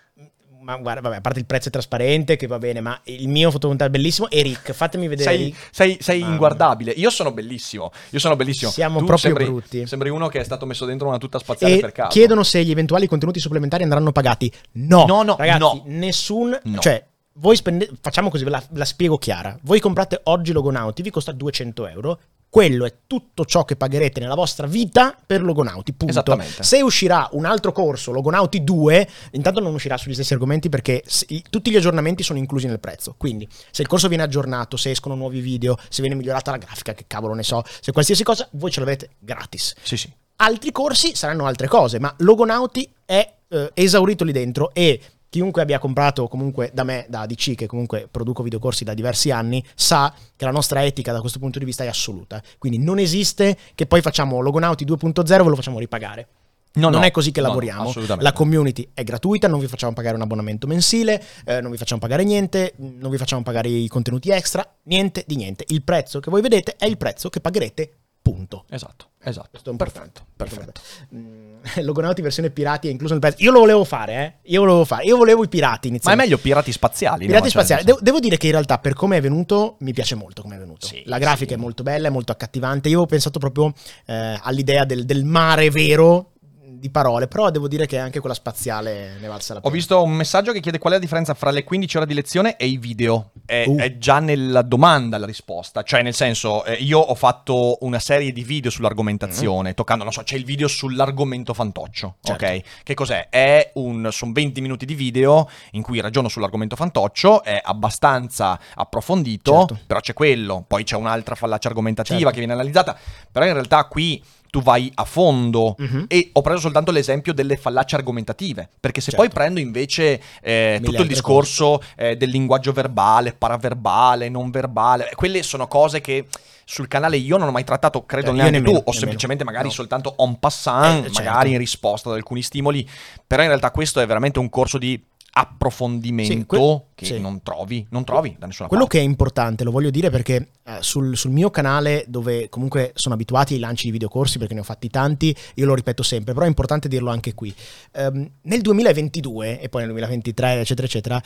Ma guarda, vabbè, a parte il prezzo è trasparente, che va bene, ma il mio fotomontaggio è bellissimo. Eric, fatemi vedere. Sei, Eric. sei, sei Mamma. inguardabile. Io sono bellissimo. Io sono bellissimo. Siamo Tu proprio sembri, brutti. Sembri uno che è stato messo dentro una tuta spaziale E per caso. chiedono se gli eventuali contenuti supplementari andranno pagati. No, No, no, ragazzi, no. nessun. No. Cioè, voi spendete. Facciamo così, ve la, ve la spiego chiara. Voi comprate oggi Logonauti, vi costa duecento euro. Quello è tutto ciò che pagherete nella vostra vita per Logonauti, punto. Esattamente. Se uscirà un altro corso, Logonauti due, intanto non uscirà sugli stessi argomenti perché s- tutti gli aggiornamenti sono inclusi nel prezzo. Quindi se il corso viene aggiornato, se escono nuovi video, se viene migliorata la grafica, che cavolo ne so, se qualsiasi cosa, voi ce l'avete gratis. Sì, sì. Altri corsi saranno altre cose, ma Logonauti è eh, esaurito lì dentro e chiunque abbia comprato comunque da me, da A D C, che comunque produco videocorsi da diversi anni, sa che la nostra etica da questo punto di vista è assoluta. Quindi non esiste che poi facciamo Logonauti due punto zero e ve lo facciamo ripagare. No, non no, è così che no, lavoriamo. no, assolutamente. La community è gratuita, non vi facciamo pagare un abbonamento mensile, eh, non vi facciamo pagare niente, non vi facciamo pagare i contenuti extra, niente di niente. Il prezzo che voi vedete è il prezzo che pagherete, punto. Esatto, esatto. Questo è importante. Perfetto. Mm, Logonauti versione pirati è incluso nel prezzo. Io lo volevo fare, eh. Io lo volevo fare. Io volevo i pirati Ma è inizialmente. meglio pirati spaziali. Pirati no? Cioè, spaziali. Devo, devo dire che in realtà per come è venuto mi piace molto come è venuto. Sì, la grafica sì. è molto bella, è molto accattivante. Io ho pensato proprio eh, all'idea del, del mare vero di parole, però devo dire che anche quella spaziale ne valsa la Ho pena. visto un messaggio che chiede qual è la differenza fra le quindici ore di lezione e i video. È, Uh. è già nella domanda la risposta. Cioè, nel senso, eh, io ho fatto una serie di video sull'argomentazione, toccando, non so, c'è il video sull'argomento fantoccio, Certo. ok? Che cos'è? È un, sono venti minuti di video in cui ragiono sull'argomento fantoccio, è abbastanza approfondito, Certo. però c'è quello, poi c'è un'altra fallacia argomentativa Certo. che viene analizzata, però in realtà qui tu vai a fondo. Mhm. E ho preso soltanto l'esempio delle fallacie argomentative, perché se Certo. poi prendo invece eh, Mille tutto il altre discorso eh, del linguaggio verbale, paraverbale, non verbale, quelle sono cose che sul canale io non ho mai trattato, credo Cioè, io neanche nemmeno, tu, o nemmeno. semplicemente magari No. soltanto en passant, Eh, certo. magari in risposta ad alcuni stimoli, però in realtà questo è veramente un corso di approfondimento Sì, que- che sì. non trovi, non trovi da nessuna Quello parte. che è importante, lo voglio dire perché eh, sul, sul mio canale, dove comunque sono abituati ai lanci di videocorsi perché ne ho fatti tanti, io lo ripeto sempre, però è importante dirlo anche qui. Ehm, nel duemilaventidue e poi nel duemilaventitré, eccetera, eccetera,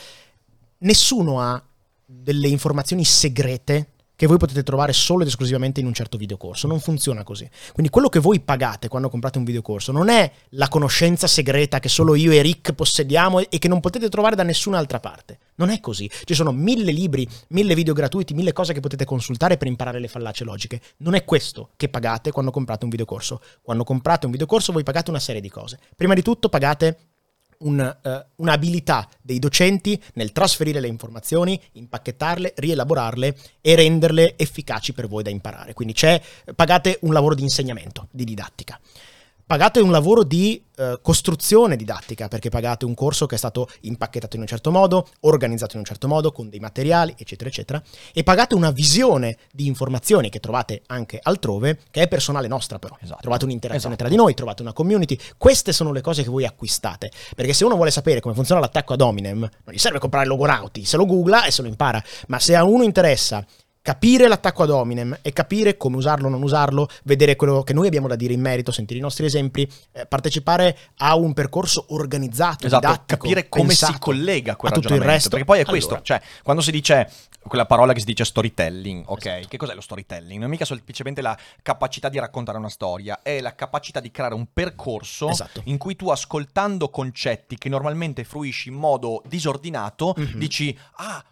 nessuno ha delle informazioni segrete che voi potete trovare solo ed esclusivamente in un certo videocorso. Non funziona così. Quindi quello che voi pagate quando comprate un videocorso non è la conoscenza segreta che solo io e Rick possediamo e che non potete trovare da nessun'altra parte. Non è così. Ci sono mille libri, mille video gratuiti, mille cose che potete consultare per imparare le fallacie logiche. Non è questo che pagate quando comprate un videocorso. Quando comprate un videocorso voi pagate una serie di cose. Prima di tutto pagate Un, uh, un'abilità dei docenti nel trasferire le informazioni, impacchettarle, rielaborarle e renderle efficaci per voi da imparare. Quindi c'è, pagate un lavoro di insegnamento, di didattica. Pagate un lavoro di uh, costruzione didattica, perché pagate un corso che è stato impacchettato in un certo modo, organizzato in un certo modo, con dei materiali, eccetera, eccetera. E pagate una visione di informazioni che trovate anche altrove, che è personale nostra però. Esatto. Trovate un'interazione Esatto. tra di noi, trovate una community. Queste sono le cose che voi acquistate. Perché se uno vuole sapere come funziona l'attacco ad hominem, non gli serve comprare Logonauti, se lo googla e se lo impara. Ma se a uno interessa capire l'attacco ad hominem e capire come usarlo o non usarlo, vedere quello che noi abbiamo da dire in merito, sentire i nostri esempi, eh, partecipare a un percorso organizzato, Esatto, didattico, capire come pensato si collega quel a tutto il ragionamento, resto. perché poi è Allora, questo, cioè quando si dice quella parola che si dice storytelling, ok? Esatto. Che cos'è lo storytelling? Non è mica semplicemente la capacità di raccontare una storia, è la capacità di creare un percorso Esatto. in cui tu, ascoltando concetti che normalmente fruisci in modo disordinato, Mhm. dici ah,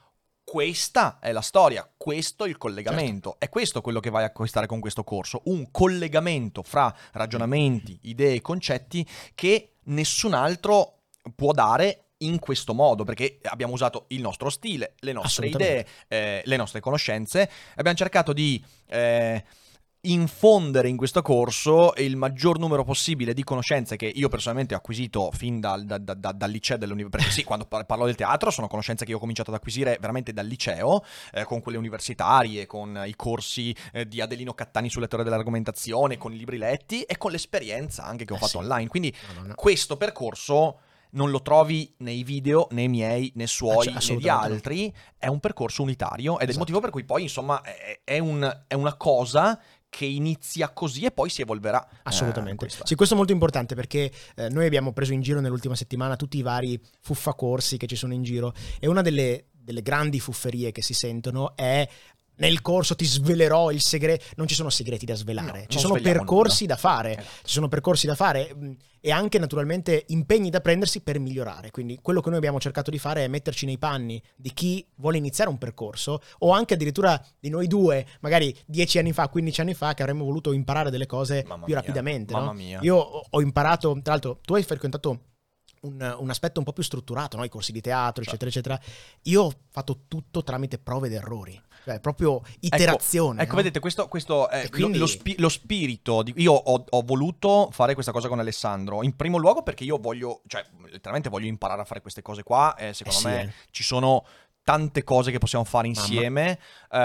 questa è la storia, questo è il collegamento. È questo quello che vai a acquistare con questo corso, un collegamento fra ragionamenti, idee e concetti che nessun altro può dare in questo modo, perché abbiamo usato il nostro stile, le nostre idee, Assolutamente. eh, le nostre conoscenze, abbiamo cercato di eh, infondere in questo corso il maggior numero possibile di conoscenze che io personalmente ho acquisito fin dal, da, da, da, dal liceo dell'università, perché sì, quando par- parlo del teatro sono conoscenze che io ho cominciato ad acquisire veramente dal liceo, eh, con quelle universitarie, con i corsi eh, di Adelino Cattani sulle teorie dell'argomentazione, con i libri letti e con l'esperienza anche che ho Eh fatto sì. online, quindi Madonna. questo percorso non lo trovi nei video né miei né suoi cioè, né di assolutamente no. altri, è un percorso unitario ed è il Esatto. motivo per cui poi insomma è, è un- è una cosa che inizia così e poi si evolverà. Assolutamente. Eh, questo è. Sì, questo è molto importante perché eh, noi abbiamo preso in giro nell'ultima settimana tutti i vari fuffacorsi che ci sono in giro e una delle, delle grandi fufferie che si sentono è nel corso ti svelerò il segreto. Non ci sono segreti da svelare, No, ci non sono sveliamo percorsi nulla. da fare, Esatto. ci sono percorsi da fare mh, e anche naturalmente impegni da prendersi per migliorare. Quindi quello che noi abbiamo cercato di fare è metterci nei panni di chi vuole iniziare un percorso, o anche addirittura di noi due, magari dieci anni fa, quindici anni fa, che avremmo voluto imparare delle cose Mamma più mia, rapidamente. mamma no? mia. Io ho ho imparato, tra l'altro tu hai frequentato un, un aspetto un po' più strutturato, no? I corsi di teatro, Certo. eccetera, eccetera. Io ho fatto tutto tramite prove ed errori, cioè proprio iterazione. Ecco, no? vedete, questo, questo è E quindi- lo, lo spi- lo spirito. Di, io ho, ho voluto fare questa cosa con Alessandro. In primo luogo perché io voglio, cioè, letteralmente voglio imparare a fare queste cose qua. E secondo Eh sì, me eh. ci sono tante cose che possiamo fare Mamma. insieme.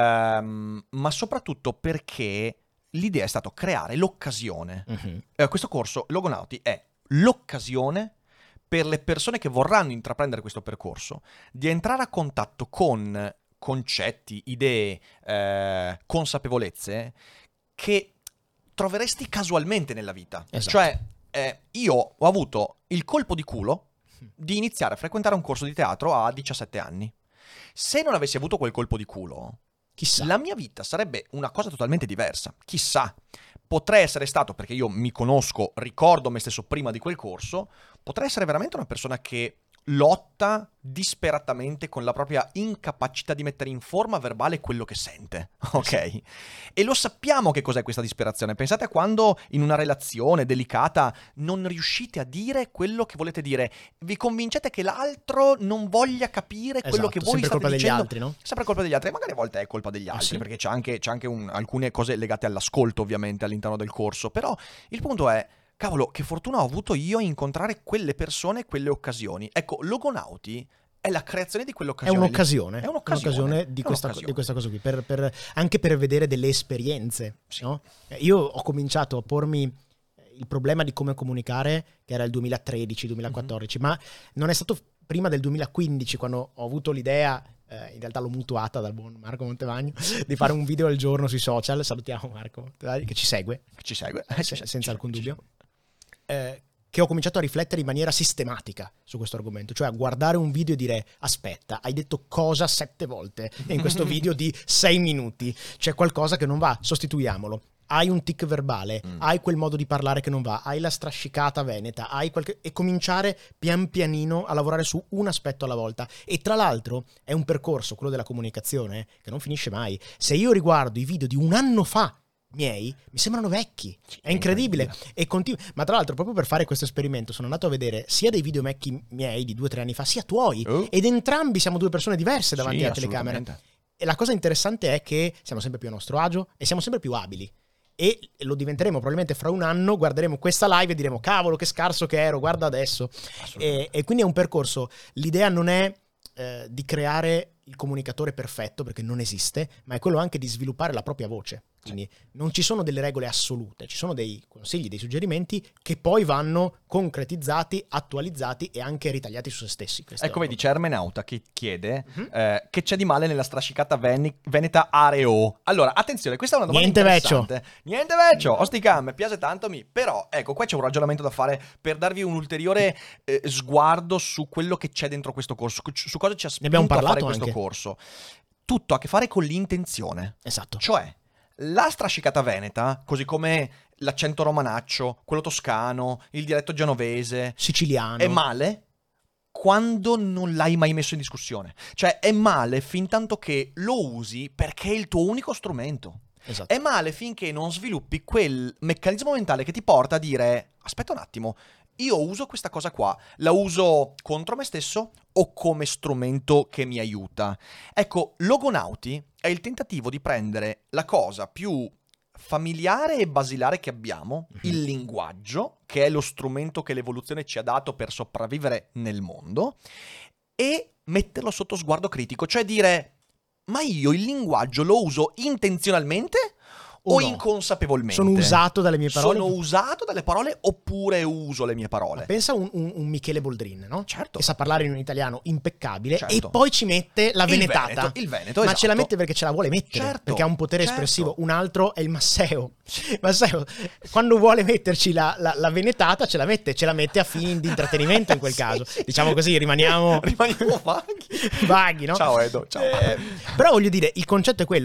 ehm, ma soprattutto perché l'idea è stato creare l'occasione. Mhm. Eh, questo corso Logonauti è l'occasione per le persone che vorranno intraprendere questo percorso di entrare a contatto con concetti, idee, eh, consapevolezze che troveresti casualmente nella vita. Esatto. Cioè, eh, io ho avuto il colpo di culo di iniziare a frequentare un corso di teatro a diciassette anni. Se non avessi avuto quel colpo di culo, Chissà. la mia vita sarebbe una cosa totalmente diversa. Chissà, potrei essere stato, perché io mi conosco, ricordo me stesso prima di quel corso, potrei essere veramente una persona che lotta disperatamente con la propria incapacità di mettere in forma verbale quello che sente, ok? E lo sappiamo che cos'è questa disperazione. Pensate a quando in una relazione delicata non riuscite a dire quello che volete dire, vi convincete che l'altro non voglia capire quello Esatto, che voi sempre state colpa degli dicendo. altri, no? Sempre colpa degli altri, magari a volte è colpa degli altri, sì. perché c'è anche, c'è anche un- alcune cose legate all'ascolto ovviamente all'interno del corso, però il punto è, cavolo, che fortuna ho avuto io a incontrare quelle persone e quelle occasioni. Ecco, Logonauti è la creazione di È quell'occasione. lì. un'occasione, È un'occasione. un'occasione di, È questa, un'occasione. di questa cosa qui, per, per- anche per vedere delle esperienze. Sì. No? Eh, Io ho cominciato a pormi il problema di come comunicare, che era il duemilatredici duemilaquattordici, Mhm. ma non è stato prima del duemilaquindici, quando ho avuto l'idea, eh, in realtà l'ho mutuata dal buon Marco Montevagno, di fare un video al giorno sui social. Salutiamo Marco Montevagno, che ci segue, Che ci segue. se- Ci- ci- senza ci- alcun ci- dubbio. Eh, che ho cominciato a riflettere in maniera sistematica su questo argomento, cioè a guardare un video e dire: aspetta, hai detto cosa sette volte e in questo video di sei minuti c'è qualcosa che non va, sostituiamolo. Hai un tic verbale, Mm. hai quel modo di parlare che non va, hai la strascicata veneta, hai qualche... e cominciare pian pianino a lavorare su un aspetto alla volta. E tra l'altro è un percorso, quello della comunicazione, che non finisce mai. Se io riguardo i video di un anno fa miei, mi sembrano vecchi. È incredibile. E continu- Ma tra l'altro, proprio per fare questo esperimento, sono andato a vedere sia dei video vecchi miei di due o tre anni fa, sia tuoi. Oh. Ed entrambi siamo due persone diverse davanti Sì, alla telecamera. assolutamente. E la cosa interessante è che siamo sempre più a nostro agio e siamo sempre più abili. E lo diventeremo probabilmente fra un anno, guarderemo questa live e diremo: cavolo, che scarso che ero, guarda adesso. E, e quindi è un percorso. L'idea non è eh, di creare il comunicatore perfetto, perché non esiste, ma è quello anche di sviluppare la propria voce. Quindi non ci sono delle regole assolute, ci sono dei consigli, dei suggerimenti che poi vanno concretizzati, attualizzati e anche ritagliati su se stessi. Questo Ecco, è- vedi, c'è Ermenauta che chiede Mhm. eh, che c'è di male nella strascicata veni- veneta areo. Allora, attenzione, questa è una domanda Niente vecchio. interessante. Niente vecchio, osticam, mi piace tanto mi. Però, ecco, qua c'è un ragionamento da fare per darvi un ulteriore eh, sguardo su quello che c'è dentro questo corso, su su cosa ci ha Ne abbiamo spinto a fare parlato questo anche. corso. Tutto ha a che fare con l'intenzione. Esatto. Cioè, la strascicata veneta, così come l'accento romanaccio, quello toscano, il dialetto genovese, Siciliano. è male quando non l'hai mai messo in discussione. Cioè, è male fin tanto che lo usi perché è il tuo unico strumento. Esatto. È male finché non sviluppi quel meccanismo mentale che ti porta a dire: aspetta un attimo, io uso questa cosa qua, la uso contro me stesso o come strumento che mi aiuta? Ecco, Logonauti è il tentativo di prendere la cosa più familiare e basilare che abbiamo, Mhm. il linguaggio, che è lo strumento che l'evoluzione ci ha dato per sopravvivere nel mondo, e metterlo sotto sguardo critico, cioè dire: ma io il linguaggio lo uso intenzionalmente o, O no. inconsapevolmente? Sono usato dalle mie parole. Sono usato dalle parole oppure uso le mie parole? Pensa a un, un, un Michele Boldrin, no? Certo. Che sa parlare in un italiano impeccabile Certo. e poi ci mette la Il venetata. Veneto, il Veneto, Ma esatto. ce la mette perché ce la vuole mettere, Certo, perché ha un potere certo. espressivo. Un altro è il Masseo. Masseo, quando vuole metterci la, la, la venetata, ce la mette, ce la mette a fini di intrattenimento in quel Sì, caso. sì. Diciamo così, rimaniamo Rimaniamo vaghi. vaghi, no? Ciao Edo, ciao. Eh, però voglio dire, il concetto è quello.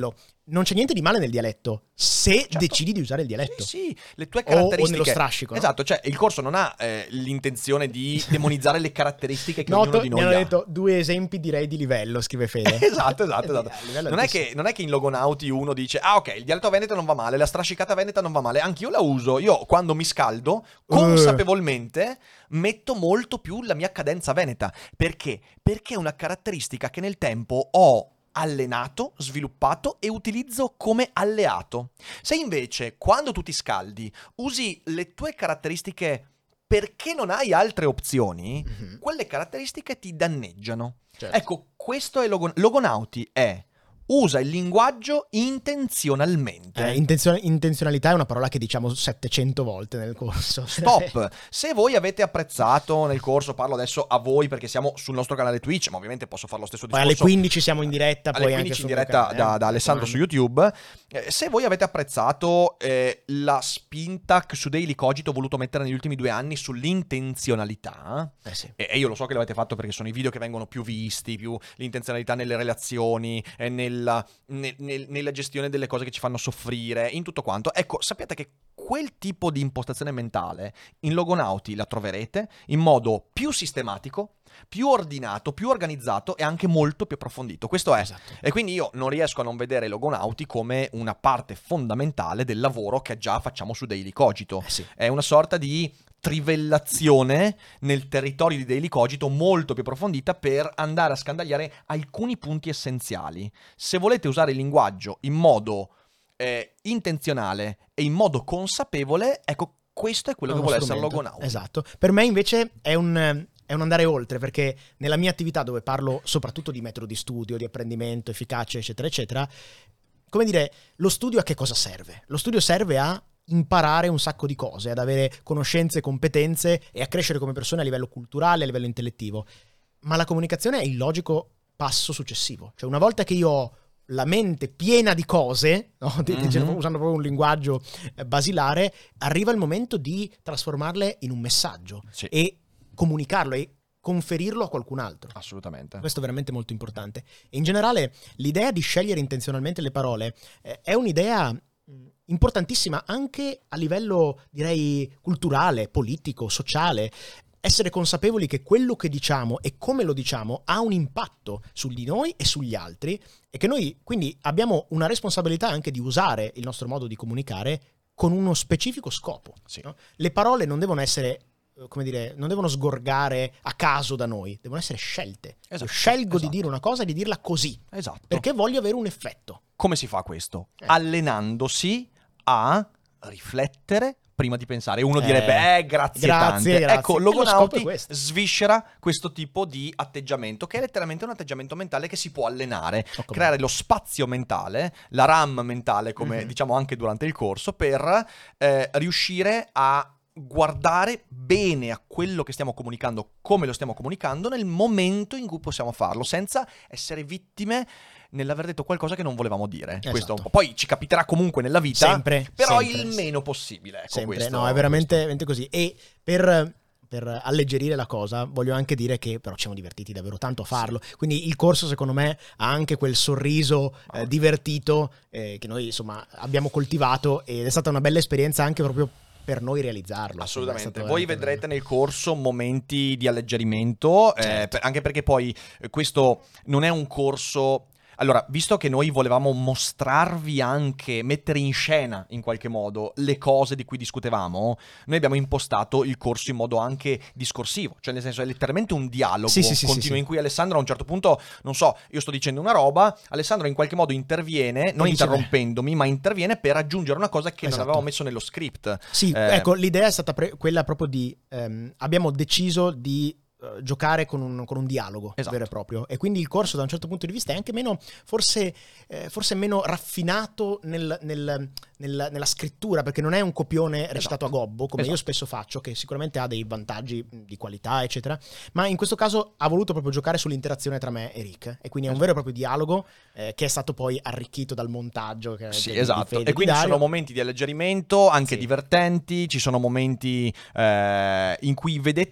non c'è niente di male nel dialetto se Certo. decidi di usare il dialetto. Sì, sì, le tue O- caratteristiche. o nello strascico, no? Esatto, cioè il corso non ha eh, l'intenzione di demonizzare le caratteristiche che ognuno Noto, di mi noi hanno ha. detto due esempi direi di livello, scrive Fede. Esatto, esatto, esatto. A livello Non è, altissimo. che, non è che in Logonauti uno dice ah ok, il dialetto veneto non va male, la strascicata veneta non va male, anch'io la uso. Io quando mi scaldo, consapevolmente metto molto più la mia cadenza veneta. Perché? Perché è una caratteristica che nel tempo ho allenato, sviluppato e utilizzo come alleato. Se invece quando tu ti scaldi usi le tue caratteristiche perché non hai altre opzioni, Mhm. quelle caratteristiche ti danneggiano. Certo. Ecco, questo è Logon- Logonauti è usa il linguaggio intenzionalmente. Eh, intenzio- intenzionalità è una parola che diciamo settecento volte nel corso. Stop! Se voi avete apprezzato nel corso, parlo adesso a voi perché siamo sul nostro canale Twitch, ma ovviamente posso fare lo stesso Poi discorso. alle quindici siamo in diretta, alle poi quindici anche in sul diretta canale, da, eh, da mi Alessandro su raccomando. YouTube. Eh, se voi avete apprezzato eh, la spinta che su Daily Cogito ho voluto mettere negli ultimi due anni sull'intenzionalità, Eh sì. e, e io lo so che l'avete fatto perché sono i video che vengono più visti, più l'intenzionalità nelle relazioni, e nella, ne- nel- nella gestione delle cose che ci fanno soffrire, in tutto quanto. Ecco, sappiate che quel tipo di impostazione mentale in Logonauti la troverete in modo più sistematico, più ordinato, più organizzato e anche molto più approfondito. Questo è. Esatto. E quindi io non riesco a non vedere Logonauti come una parte fondamentale del lavoro che già facciamo su Daily Cogito. Eh sì. È una sorta di trivellazione nel territorio di Daily Cogito molto più approfondita per andare a scandagliare alcuni punti essenziali. Se volete usare il linguaggio in modo eh, intenzionale e in modo consapevole, ecco, questo è quello che Uno vuole essere strumento. Logonauti. Esatto. Per me invece è un, è un andare oltre, perché nella mia attività dove parlo soprattutto di metodo di studio, di apprendimento, efficacia, eccetera, eccetera, come dire, lo studio a che cosa serve? Lo studio serve a imparare un sacco di cose, ad avere conoscenze, competenze e a crescere come persone a livello culturale, a livello intellettivo. Ma la comunicazione è il logico passo successivo. Cioè una volta che io ho la mente piena di cose, no? Mm-hmm. Usando proprio un linguaggio eh, basilare, arriva il momento di trasformarle in un messaggio Sì. e comunicarlo e conferirlo a qualcun altro. Assolutamente. Questo è veramente molto importante. E in generale l'idea di scegliere intenzionalmente le parole eh, è un'idea mh, importantissima anche a livello, direi, culturale, politico, sociale. Essere consapevoli che quello che diciamo e come lo diciamo ha un impatto su di noi e sugli altri e che noi quindi abbiamo una responsabilità anche di usare il nostro modo di comunicare con uno specifico scopo. Sì. No? Le parole non devono essere, eh, come dire, non devono sgorgare a caso da noi, devono essere scelte. Esatto, Io scelgo esatto. di dire una cosa e di dirla così, Esatto. perché voglio avere un effetto. Come si fa questo? Eh. Allenandosi a riflettere prima di pensare. Uno Eh, direbbe, eh, grazie, grazie, tante. grazie. Ecco, E lo scopo Logonauti è questo. sviscera questo tipo di atteggiamento, che è letteralmente un atteggiamento mentale che si può allenare. Oh, come- Creare lo spazio mentale, la RAM mentale, come Mhm. diciamo anche durante il corso, per eh, riuscire a guardare bene a quello che stiamo comunicando, come lo stiamo comunicando, nel momento in cui possiamo farlo, senza essere vittime nell'aver detto qualcosa che non volevamo dire. Esatto. Questo è un po'. Poi ci capiterà comunque nella vita, Sempre, però sempre. il meno possibile. Ecco, Sempre, questo, no, è veramente, veramente così. E per, per alleggerire la cosa, voglio anche dire che però ci siamo divertiti davvero tanto a farlo. Quindi il corso, secondo me, ha anche quel sorriso eh, divertito eh, che noi, insomma, abbiamo coltivato ed è stata una bella esperienza anche proprio per noi realizzarlo. Assolutamente. È stato Voi veramente vedrete nel corso momenti di alleggerimento, eh, Certo. per- anche perché poi eh, questo non è un corso. Allora, visto che noi volevamo mostrarvi anche, mettere in scena in qualche modo le cose di cui discutevamo, noi abbiamo impostato il corso in modo anche discorsivo, cioè nel senso è letteralmente un dialogo Sì, sì, sì, continuo sì, sì. in cui Alessandro a un certo punto, non so, io sto dicendo una roba, Alessandro in qualche modo interviene, non dice, interrompendomi, ma interviene per aggiungere una cosa che non Esatto. avevamo messo nello script. Sì, Eh, ecco, l'idea è stata pre- quella proprio di... ehm, abbiamo deciso di eh, giocare con un, con un dialogo Esatto. vero e proprio. E quindi il corso da un certo punto di vista è anche meno, forse, eh, forse meno raffinato nel- nel- nel- nella scrittura, perché non è un copione recitato a gobbo, come io Esatto. spesso faccio, che sicuramente ha dei vantaggi mh, di qualità, eccetera. Ma in questo caso ha voluto proprio giocare sull'interazione tra me e Rick. E quindi è un vero e proprio dialogo eh, che è stato poi arricchito dal montaggio. Che, Sì, di- di esatto. Fede, E di quindi ci Dario. sono momenti di alleggerimento, anche Sì. divertenti, ci sono momenti eh, in cui vedete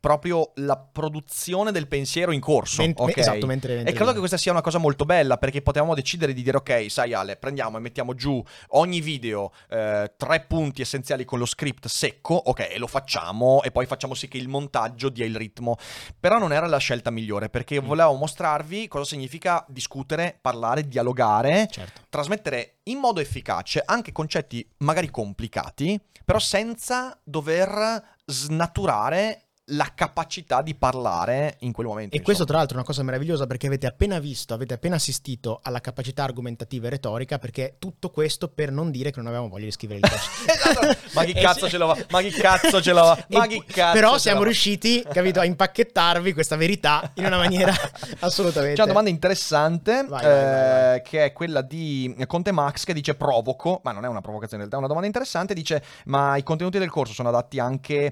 proprio la produzione del pensiero in corso, Men- ok? esatto, mentre- E mentre credo viene. che questa sia una cosa molto bella, perché potevamo decidere di dire ok, sai Ale, prendiamo e mettiamo giù ogni video eh, tre punti essenziali con lo script secco, ok, e lo facciamo e poi facciamo sì che il montaggio dia il ritmo. Però non era la scelta migliore, perché Mm. volevo mostrarvi cosa significa discutere, parlare, dialogare, Certo. trasmettere in modo efficace anche concetti magari complicati, però senza dover snaturare la capacità di parlare in quel momento. E questo insomma. tra l'altro è una cosa meravigliosa, perché avete appena visto, avete appena assistito alla capacità argomentativa e retorica, perché tutto questo per non dire che non avevamo voglia di scrivere il corso. Esatto. Ma chi Eh, cazzo sì. ce lo va? Ma chi cazzo ce lo va? Ma E- chi cazzo Però ce siamo lo va? riusciti, capito, a impacchettarvi questa verità in una maniera assolutamente... C'è una domanda interessante, Vai, eh, vai, vai, vai. che è quella di Conte Max, che dice provoco, ma non è una provocazione in realtà, è una domanda interessante, dice ma i contenuti del corso sono adatti anche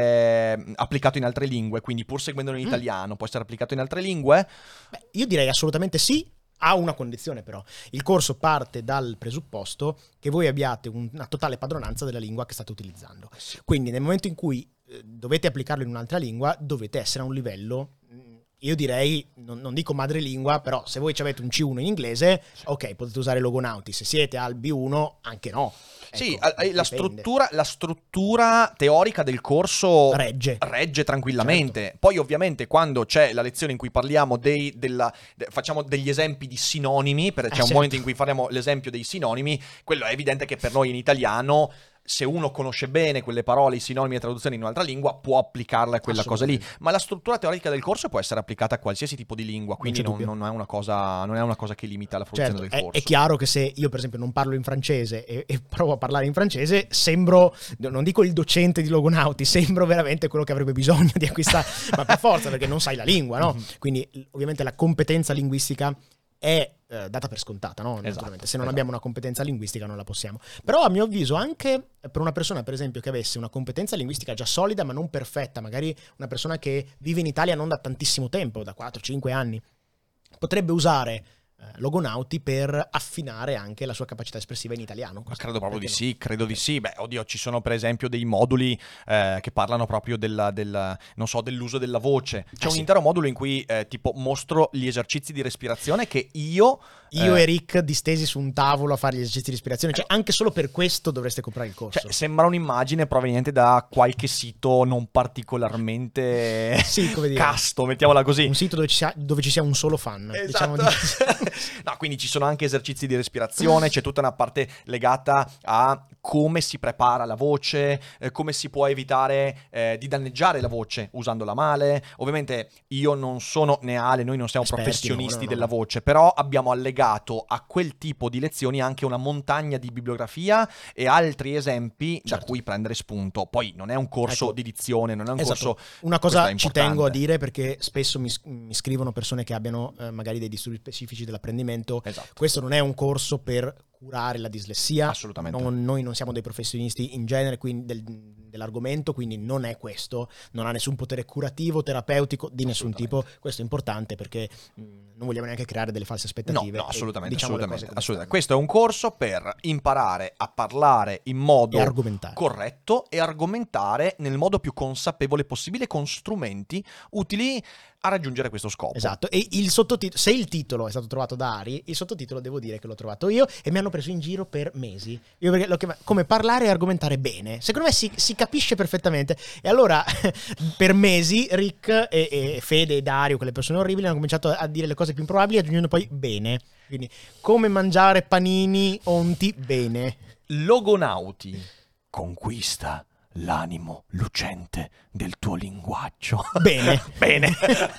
eh, applicato in altre lingue, quindi pur seguendolo in Mm. italiano può essere applicato in altre lingue? Beh, io direi assolutamente sì, a una condizione però. Il corso parte dal presupposto che voi abbiate un- una totale padronanza della lingua che state utilizzando. Quindi nel momento in cui eh, dovete applicarlo in un'altra lingua, dovete essere a un livello, mh, io direi, non, non dico madrelingua, però se voi ci avete un C uno in inglese, ok, potete usare Logonauti. Se siete al B uno, anche no. Sì, Ecco, eh, la dipende. struttura, la struttura teorica del corso Regge. regge tranquillamente. Certo. Poi ovviamente quando c'è la lezione in cui parliamo dei, della, de- facciamo degli esempi di sinonimi, perché c'è Eh, un certo. momento in cui faremo l'esempio dei sinonimi, quello è evidente che per noi in italiano, se uno conosce bene quelle parole, i sinonimi e traduzioni in un'altra lingua, può applicarla a quella cosa lì. Assolutamente. Ma la struttura teorica del corso può essere applicata a qualsiasi tipo di lingua, quindi c'è non, dubbio. non è una cosa, non è una cosa che limita la fruizione Certo, del è, corso. è chiaro che se io per esempio non parlo in francese e, e provo a parlare in francese, sembro, non dico il docente di Logonauti, sembro veramente quello che avrebbe bisogno di acquistare, ma per forza, perché non sai la lingua, no? Quindi l- ovviamente la competenza linguistica è eh, data per scontata, no? Naturalmente. Esatto, Se non esatto. abbiamo una competenza linguistica non la possiamo. Però a mio avviso anche per una persona per esempio che avesse una competenza linguistica già solida ma non perfetta, magari una persona che vive in Italia non da tantissimo tempo, da quattro cinque anni, potrebbe usare eh, Logonauti per affinare anche la sua capacità espressiva in italiano. Ma credo proprio di Perché no? sì, credo di sì. Beh, oddio, ci sono per esempio dei moduli eh, che parlano proprio della, del, non so, dell'uso della voce. C'è Eh un sì. intero modulo in cui eh, tipo mostro gli esercizi di respirazione che io... Io eh, e Rick distesi su un tavolo a fare gli esercizi di ispirazione, cioè anche solo per questo dovreste comprare il corso. Cioè, sembra un'immagine proveniente da qualche sito non particolarmente Sì, come dire, casto, mettiamola così. un sito dove ci sia, dove ci sia un solo fan. Diciamo Esatto. di- No, quindi ci sono anche esercizi di respirazione, c'è tutta una parte legata a come si prepara la voce, eh, come si può evitare eh, di danneggiare la voce usandola male. Ovviamente io non sono né Ale, noi non siamo Esperti, professionisti no, no, no. della voce, però abbiamo allegato a quel tipo di lezioni anche una montagna di bibliografia e altri esempi da Certo. cui prendere spunto. Poi non è un corso Ecco. di dizione, non è un Esatto. corso... Una questo cosa è ci importante. tengo a dire, perché spesso mi, mi scrivono persone che abbiano eh, magari dei disturbi specifici dell'apprendimento. Esatto. Questo non è un corso per curare la dislessia. Assolutamente. Non- noi non siamo dei professionisti in genere quindi del- dell'argomento, quindi non è questo. Non ha nessun potere curativo, terapeutico di nessun Assolutamente. tipo. Questo è importante perché mh, non vogliamo neanche creare delle false No, aspettative. no, e assolutamente, diciamo le assolutamente, cose come assolutamente. stanno. Questo è un corso per imparare a parlare in modo E argomentare. corretto e argomentare nel modo più consapevole possibile con strumenti utili a raggiungere questo scopo. Esatto, e il sottotitolo, se il titolo è stato trovato da Ari, il sottotitolo devo dire che l'ho trovato io e mi hanno preso in giro per mesi. Io perché l'ho chiamato come parlare e argomentare bene. Secondo me si, si capisce perfettamente. E allora, per mesi, Rick e, e Fede e Dario, quelle persone orribili, hanno cominciato a dire le cose più improbabili, aggiungendo poi bene. Quindi, come mangiare panini onti bene. Logonauti, conquista l'animo lucente del tuo linguaggio. Bene. Bene.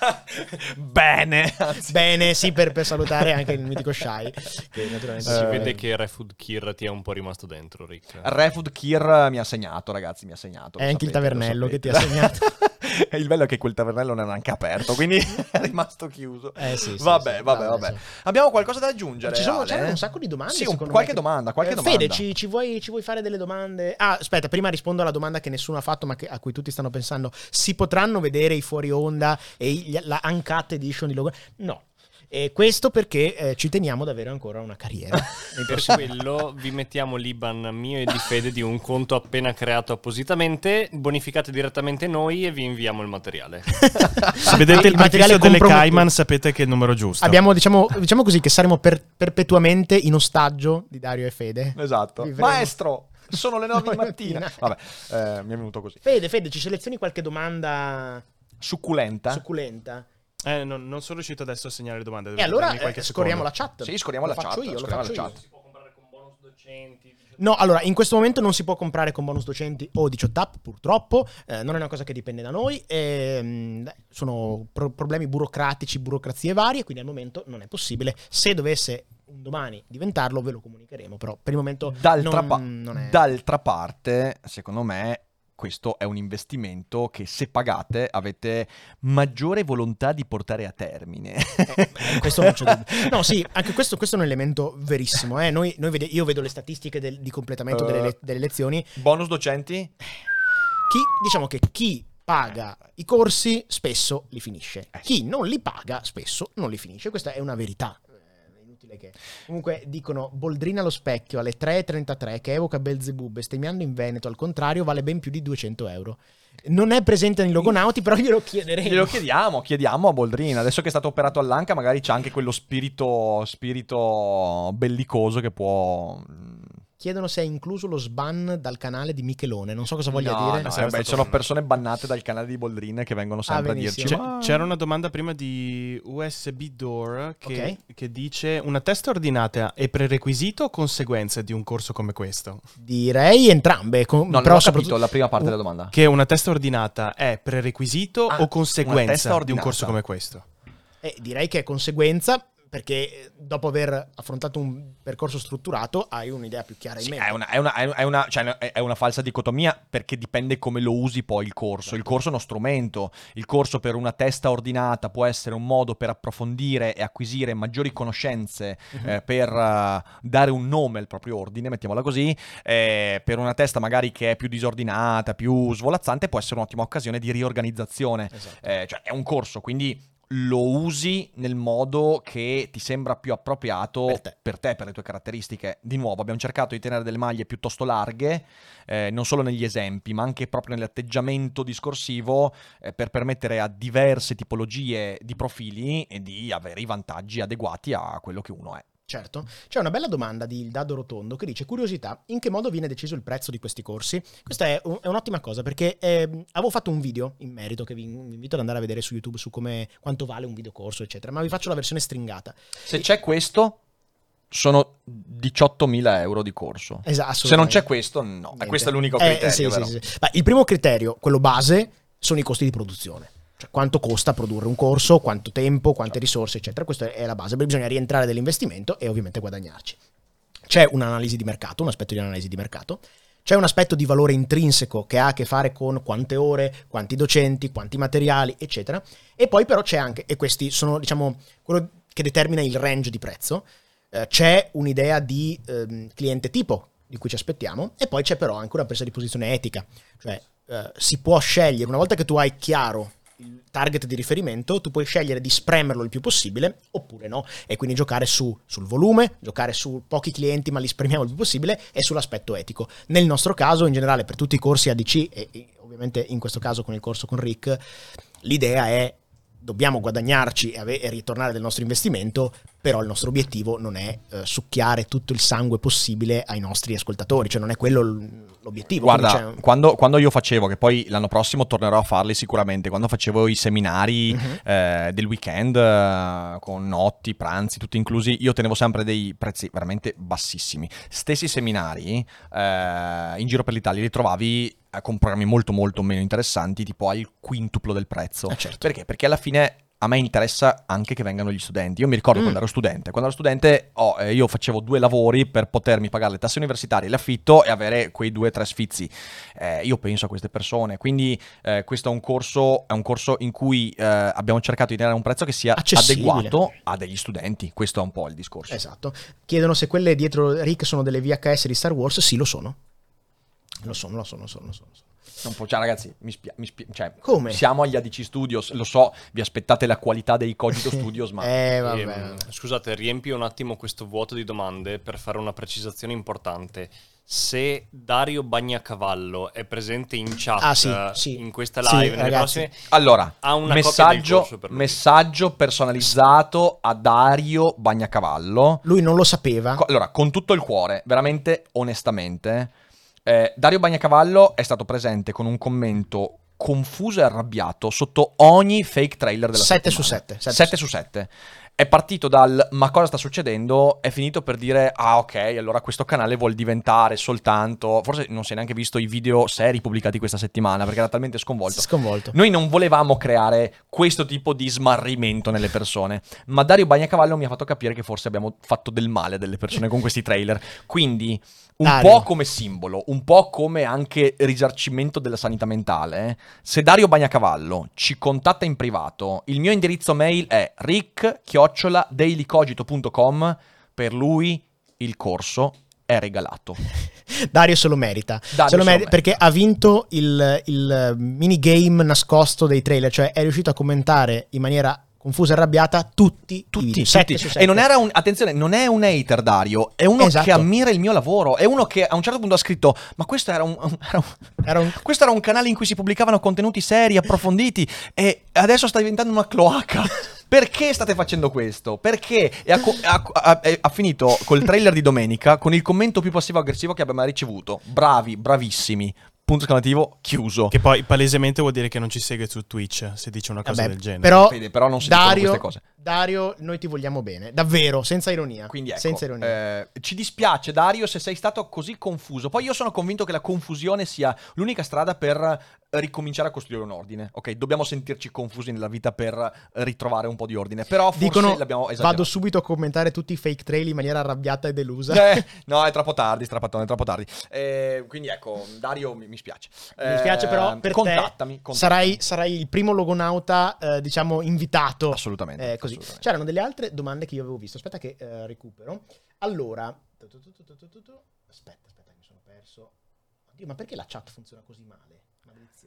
Bene. Anzi, Bene, sì, per, per salutare anche il mitico Shai, che naturalmente Si Eh, vede che Refud Kir ti è un po' rimasto dentro, Rick. Refud Kir mi ha segnato, ragazzi, mi ha segnato. È lo anche il sapete, lo tavernello che ti ha sapete. segnato. E il bello è che quel tavernello non è neanche aperto, quindi è rimasto chiuso. Eh sì, sì, vabbè, sì, vabbè, vabbè, vabbè. sì. Abbiamo qualcosa da aggiungere? Ci sono, Ale? c'erano un sacco di domande. Sì, un- secondo qualche me, che- domanda, qualche Eh, domanda. Fede, ci, ci vuoi, ci vuoi fare delle domande? Ah, aspetta, prima rispondo alla domanda che nessuno ha fatto, ma che- a cui tutti stanno pensando. Si potranno vedere i fuori onda e i- la Uncut Edition di Logo? No. E questo perché eh, ci teniamo ad avere ancora una carriera. nei Per prossimi- quello vi mettiamo l'I B A N mio e di Fede di un conto appena creato appositamente, bonificate direttamente noi e vi inviamo il materiale. Se vedete il, Il materiale prefisso delle compromettuto. Cayman sapete che è il numero giusto. Abbiamo, diciamo, diciamo così, che saremo per- perpetuamente in ostaggio di Dario e Fede. Esatto. Vivremo- Maestro, sono le nove di Nove mattina. mattina. Vabbè, eh, mi è venuto così. Fede, Fede, ci selezioni qualche domanda Succulenta. succulenta? Eh, non, non sono riuscito adesso a segnare le domande. E dovete allora darmi qualche eh, secondo. scorriamo la chat. Sì, scorriamo Lo la faccio chat, io, lo scorriamo faccio la io. chat. Si può comprare con bonus docenti. No, allora, in questo momento non si può comprare con bonus docenti o diciotto app, purtroppo. Eh, non è una cosa che dipende da noi. ehm, sono pro- problemi burocratici, burocrazie varie, quindi al momento non è possibile. Se dovesse un domani diventarlo, ve lo comunicheremo, però per il momento D'altra, non, pa- non è... d'altra parte, secondo me, questo è un investimento che se pagate avete maggiore volontà di portare a termine. Eh, questo non c'è dubbio. No, sì, anche questo, questo è un elemento verissimo. Eh. Noi, noi vede- io vedo le statistiche del- di completamento delle, le- delle lezioni. Bonus docenti? Chi, diciamo che chi paga i corsi spesso li finisce. Chi non li paga spesso non li finisce. Questa è una verità. Eh, è inutile che... Comunque dicono Boldrina allo specchio alle tre e trentatré che evoca Belzebù bestemmiando in Veneto, al contrario vale ben più di duecento euro. Non è presente nei logonauti, però glielo chiederemo. Glielo chiediamo, chiediamo a Boldrina. Adesso che è stato operato all'anca, magari c'è anche quello spirito, spirito bellicoso che può... Chiedono se è incluso lo sban dal canale di Michelone. Non so cosa voglia No, dire. no, Sarebbe eh, beh, stato sono un- persone bannate dal canale di Boldrin che vengono sempre a dirci benissimo. C'è- "Ma- C'era una domanda prima di U S B Door che, che dice: una testa ordinata è prerequisito o conseguenza di un corso come questo? Direi entrambe. con- No, non però ho soprattutto- capito la prima parte della domanda. Che una testa ordinata è prerequisito Ah, o una conseguenza testa di un ordinata. corso come questo? Eh, direi che è conseguenza, perché dopo aver affrontato un percorso strutturato hai un'idea più chiara in Sì, mente. è una, è, una, è, una, cioè, è una falsa dicotomia perché dipende come lo usi poi il corso. Il corso è uno strumento. Il corso per una testa ordinata può essere un modo per approfondire e acquisire maggiori conoscenze, Mhm. eh, per uh, dare un nome al proprio ordine, mettiamola così. Eh, per una testa magari che è più disordinata, più svolazzante, può essere un'ottima occasione di riorganizzazione. Esatto. Eh, cioè, è un corso, quindi lo usi nel modo che ti sembra più appropriato Per te. per te, per le tue caratteristiche. Di nuovo, abbiamo cercato di tenere delle maglie piuttosto larghe, eh, non solo negli esempi, ma anche proprio nell'atteggiamento discorsivo, eh, per permettere a diverse tipologie di profili e di avere i vantaggi adeguati a quello che uno è. Certo. C'è una bella domanda di Il Dado Rotondo che dice: curiosità, in che modo viene deciso il prezzo di questi corsi? Questa è, un- è un'ottima cosa, perché eh, avevo fatto un video in merito che vi, vi invito ad andare a vedere su YouTube su come, quanto vale un videocorso, eccetera, ma vi faccio la versione stringata. Se c'è questo, sono diciottomila euro di corso. Esatto. Se non c'è questo, no. E Niente. questo è l'unico Eh, criterio, sì, vero? sì, sì. Ma il primo criterio, quello base, sono i costi di produzione. Cioè quanto costa produrre un corso, quanto tempo, quante risorse, eccetera. Questa è la base. Poi bisogna rientrare dell'investimento e ovviamente guadagnarci. C'è un'analisi di mercato, un aspetto di analisi di mercato. C'è un aspetto di valore intrinseco che ha a che fare con quante ore, quanti docenti, quanti materiali, eccetera. E poi però c'è anche, e questi sono, diciamo, quello che determina il range di prezzo, eh, c'è un'idea di ehm, cliente tipo di cui ci aspettiamo, e poi c'è però anche una presa di posizione etica. Cioè eh, si può scegliere, una volta che tu hai chiaro il target di riferimento, tu puoi scegliere di spremerlo il più possibile oppure no, e quindi giocare su, sul volume, giocare su pochi clienti ma li spremiamo il più possibile, e sull'aspetto etico. Nel nostro caso, in generale per tutti i corsi A D C e, e ovviamente in questo caso con il corso con Rick, l'idea è: dobbiamo guadagnarci e, ave- e ritornare del nostro investimento, però il nostro obiettivo non è eh, succhiare tutto il sangue possibile ai nostri ascoltatori, cioè non è quello l- l'obiettivo. Guarda, Quindi c'è- quando, quando io facevo, che poi l'anno prossimo tornerò a farli sicuramente, quando facevo i seminari Mhm. eh, del weekend, eh, con notti, pranzi, tutti inclusi, io tenevo sempre dei prezzi veramente bassissimi. Stessi seminari eh, in giro per l'Italia li trovavi eh, con programmi molto molto meno interessanti, tipo al quintuplo del prezzo. Eh, certo. Perché? Perché alla fine a me interessa anche che vengano gli studenti. Io mi ricordo Mm. quando ero studente. Quando ero studente oh, eh, io facevo due lavori per potermi pagare le tasse universitarie, l'affitto e avere quei due o tre sfizi. Eh, io penso a queste persone. Quindi eh, questo è un corso, è un corso in cui eh, abbiamo cercato di tenere un prezzo che sia Accessibile. adeguato a degli studenti. Questo è un po' il discorso. Esatto. Chiedono se quelle dietro Rick sono delle V H S di Star Wars. Sì, lo sono. Lo sono, lo sono, lo sono, lo sono. Non può, cioè, ragazzi, mi spia- mi spia- cioè, Come? siamo agli A D C Studios, lo so, vi aspettate la qualità dei Cogito Studios, ma... Eh, vabbè. Ehm, scusate, riempio un attimo questo vuoto di domande per fare una precisazione importante. Se Dario Bagnacavallo è presente in chat Ah, sì, sì. in questa Sì, live, nelle ragazzi. prossime, Allora, ha una copia del messaggio, corso per lui. messaggio personalizzato a Dario Bagnacavallo. Lui non lo sapeva. Co- allora, con tutto il cuore, veramente onestamente, eh, Dario Bagnacavallo è stato presente con un commento confuso e arrabbiato sotto ogni fake trailer della sette settimana. su sette, sette sette su sette. È partito dal ma cosa sta succedendo, è finito per dire ah ok, allora questo canale vuol diventare soltanto, forse non si è neanche visto i video seri pubblicati questa settimana perché era talmente sconvolto. Sconvolto. Noi non volevamo creare questo tipo di smarrimento nelle persone, ma Dario Bagnacavallo mi ha fatto capire che forse abbiamo fatto del male a delle persone con questi trailer. Quindi un Dario. po' come simbolo, un po' come anche risarcimento della sanità mentale, eh. Se Dario Bagnacavallo ci contatta in privato, il mio indirizzo mail è rick chiocciola dailycogito punto com, per lui il corso è regalato. Dario se lo merita. Dario Se lo se lo merita perché ha vinto il, il minigame nascosto dei trailer, cioè è riuscito a commentare in maniera confusa e arrabbiata tutti, i Tutti, video. tutti. Sette su sette. E non era un, attenzione, non è un hater Dario, è uno Esatto. che ammira il mio lavoro, è uno che a un certo punto ha scritto ma questo era un, un- era un- Era un- questo era un canale in cui si pubblicavano contenuti seri, approfonditi e adesso sta diventando una cloaca. Perché state facendo questo? Perché? E ha, co- ha- ha- ha finito col trailer di domenica con il commento più passivo-aggressivo che abbia mai ricevuto. Bravi, bravissimi. Punto esclamativo, chiuso. Che poi palesemente vuol dire che non ci segue su Twitch se dice una cosa Vabbè, del genere. però, Fede, però non si dicono Dario, queste cose. Dario, noi ti vogliamo bene, davvero, senza ironia. Quindi ecco, senza ironia. eh, ci dispiace Dario se sei stato così confuso. Poi io sono convinto che la confusione sia l'unica strada per ricominciare a costruire un ordine. Ok, dobbiamo sentirci confusi nella vita per ritrovare un po' di ordine. Però forse Dicono, l'abbiamo esagerato. vado subito a commentare tutti i fake trail in maniera arrabbiata e delusa. Eh, no, è troppo tardi, strapattone, è troppo tardi. Eh, quindi ecco, Dario mi, mi spiace. Mi spiace però per contattami, te contattami. sarai, sarai il primo logonauta, eh, diciamo, invitato. Assolutamente, Eh, così. assolutamente. C'erano delle altre domande che io avevo visto. Aspetta che eh, recupero. Allora, tu, tu, tu, tu, tu, tu, tu, tu. aspetta, aspetta, mi sono perso. Oddio, ma perché la chat funziona così male? Maledizione.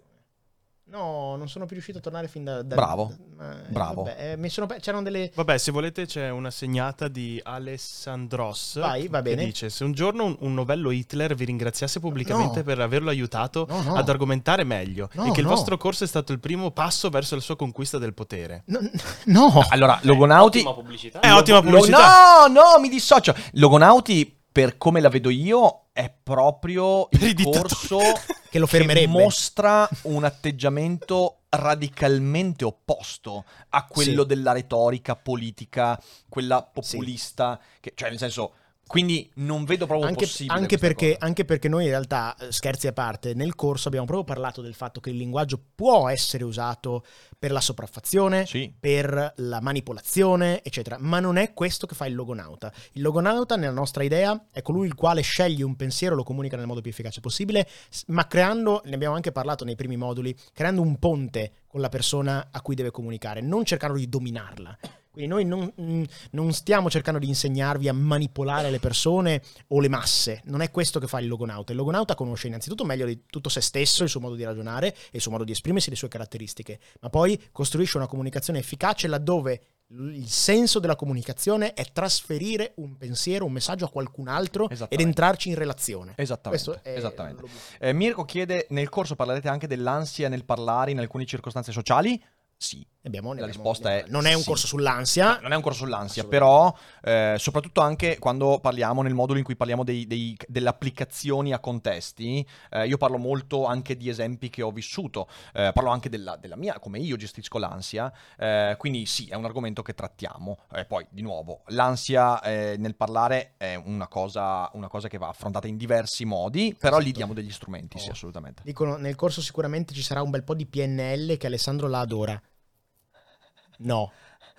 No, non sono più riuscito a tornare fin da... da Bravo, da- eh, bravo. vabbè, eh, mi sono per- c'erano delle... Vabbè, se volete c'è una segnata di Alessandros Vai, va bene. che dice se un giorno un, un novello Hitler vi ringraziasse pubblicamente No. per averlo aiutato No, no. ad argomentare meglio No, e che il no. vostro corso è stato il primo passo verso la sua conquista del potere. No, no. Allora, Logonauti... Ottima pubblicità. Eh, ottima Lo- pubblicità. No, no, mi dissocio. Logonauti, per come la vedo io, è proprio Per i il dittatori. corso Che lo fermerebbe. mostra un atteggiamento radicalmente opposto a quello Sì. della retorica politica, quella populista, che, cioè nel senso, quindi non vedo proprio Anche, possibile anche questa perché, cosa. anche perché noi in realtà, eh, scherzi a parte, nel corso abbiamo proprio parlato del fatto che il linguaggio può essere usato per la sopraffazione, Sì. per la manipolazione, eccetera, ma non è questo che fa il logonauta. Il logonauta, nella nostra idea, è colui il quale sceglie un pensiero, lo comunica nel modo più efficace possibile, s- ma creando, ne abbiamo anche parlato nei primi moduli, creando un ponte con la persona a cui deve comunicare, non cercando di dominarla. Quindi noi non, mm, non stiamo cercando di insegnarvi a manipolare le persone o le masse, non è questo che fa il logonauta. Il logonauta conosce innanzitutto meglio di tutto se stesso, il suo modo di ragionare e il suo modo di esprimersi, le sue caratteristiche, ma poi costruisce una comunicazione efficace laddove l- il senso della comunicazione è trasferire un pensiero, un messaggio a qualcun altro ed Esattamente. entrarci in relazione. Esattamente, Questo è esattamente. l'obiettivo. Eh, Mirko chiede, nel corso parlerete anche dell'ansia nel parlare in alcune circostanze sociali? Sì. Abbiamo- ne La abbiamo- risposta ne- è non è un sì. corso sull'ansia. Non è un corso sull'ansia, Assolutamente. però eh, soprattutto anche quando parliamo nel modulo in cui parliamo dei, dei- delle applicazioni a contesti, eh, io parlo molto anche di esempi che ho vissuto, eh, parlo anche della, della mia, come io gestisco l'ansia, eh, quindi sì, è un argomento che trattiamo. Eh, poi, di nuovo, l'ansia eh, nel parlare è una cosa, una cosa che va affrontata in diversi modi, però gli Esatto. diamo degli strumenti, sì, Oh. assolutamente. Dicono nel corso sicuramente ci sarà un bel po' di P N L che Alessandro la adora. No.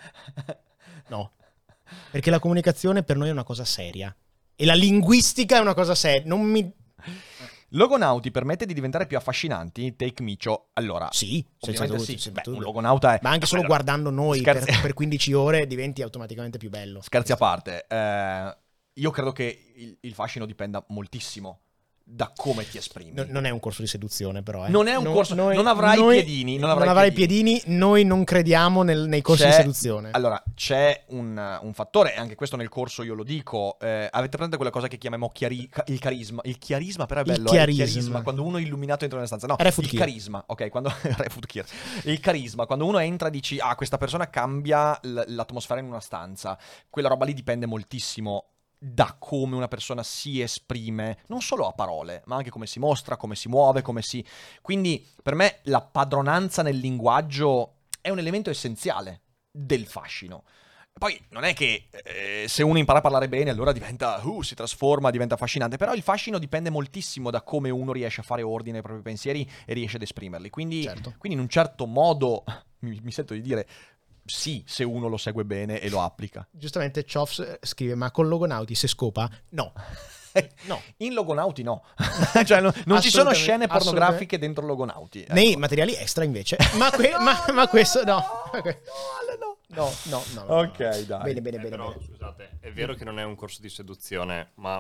No. Perché la comunicazione per noi è una cosa seria. E la linguistica è una cosa seria. Non mi... Logonauti permette di diventare più affascinanti? Take Micio. Allora, Sì, senza ovviamente dubbio, sì. senza Beh, dubbio. un logonauta è... Ma anche solo Allora, guardando noi per, scherzi- per quindici ore diventi automaticamente più bello. Scherzi a parte, eh, io credo che il, il fascino dipenda moltissimo da come ti esprimi. No, non è un corso di seduzione, però. Eh. Non è un No, corso, noi- non avrai noi- piedini. Non Non avrai, avrai piedini. piedini, noi non crediamo nel- nei corsi C'è- di seduzione. Allora, c'è un, un fattore, e anche questo nel corso io lo dico. eh, avete presente quella cosa che chiamiamo chiari- ca- il carisma? Il chiarisma, però è Il bello. è chiarisma. il chiarisma, quando uno è illuminato entra nella stanza. No, Refoot il Kier. carisma. Ok, quando. Refoot Kier. Il carisma, quando uno entra dici, ah, questa persona cambia l- l'atmosfera in una stanza. Quella roba lì dipende moltissimo da come una persona si esprime, non solo a parole, ma anche come si mostra, come si muove, come si... Quindi per me la padronanza nel linguaggio è un elemento essenziale del fascino. Poi non è che eh, se uno impara a parlare bene allora diventa, uh, si trasforma, diventa affascinante, però il fascino dipende moltissimo da come uno riesce a fare ordine ai propri pensieri e riesce ad esprimerli. Quindi, Certo. quindi in un certo modo, mi, mi sento di dire, sì, se uno lo segue bene e lo applica. Giustamente Choffs scrive, ma con Logonauti se scopa? No. No. In Logonauti no. Cioè no- non ci sono Assolutamente, scene pornografiche dentro Logonauti. ecco. Nei materiali extra invece. Ma, que- ma, ma questo no. Ma que- no. No, no, no. no, Ok, no. dai. Bene, bene, Eh, bene. però, bene. scusate, è vero che non è un corso di seduzione, ma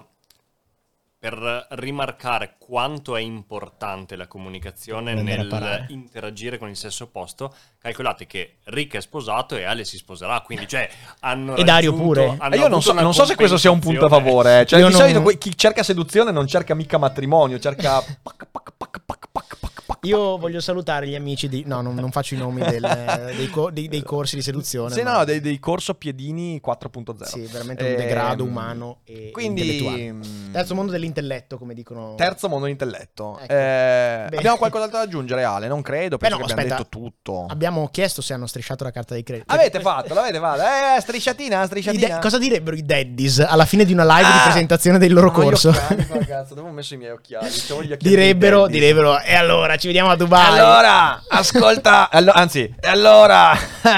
per rimarcare quanto è importante la comunicazione Non andare a nel parare. interagire con il sesso opposto, calcolate che Rick è sposato e Ale si sposerà, quindi cioè hanno E Dario raggiunto- pure. hanno E io non avuto so, una non so se questo sia un punto a compensazione. favore. eh. Cioè, Io di non- solito que- chi cerca seduzione non cerca mica matrimonio, cerca. pac, pac, pac, pac, pac, pac, pac. Io voglio salutare gli amici di... No, non, non faccio i nomi del- dei, co- dei- dei corsi di seduzione. Sì, ma- no, dei, dei corso piedini quattro punto zero. Sì, veramente un Ehm, degrado umano e Quindi. intellettuale. mm, Terzo mondo dell'intelletto, come dicono... Terzo mondo intelletto. Ecco. Eh, Beh. abbiamo qualcos'altro da aggiungere, Ale? Non credo, penso Beh, no, che abbiamo aspetta. detto tutto. Abbiamo chiesto se hanno strisciato la carta di credito. Avete fatto, l'avete fatto. Eh, strisciatina, I strisciatina. de- cosa direbbero i daddies alla fine di una live di Ah! presentazione del loro No, gli corso? occhiali, ragazzi, dove ho messo i miei occhiali? C'avevo gli occhiali direbbero, dei daddy. direbbero, e allora ci vediamo a Dubai. Allora, ascolta, allo- anzi, e allora,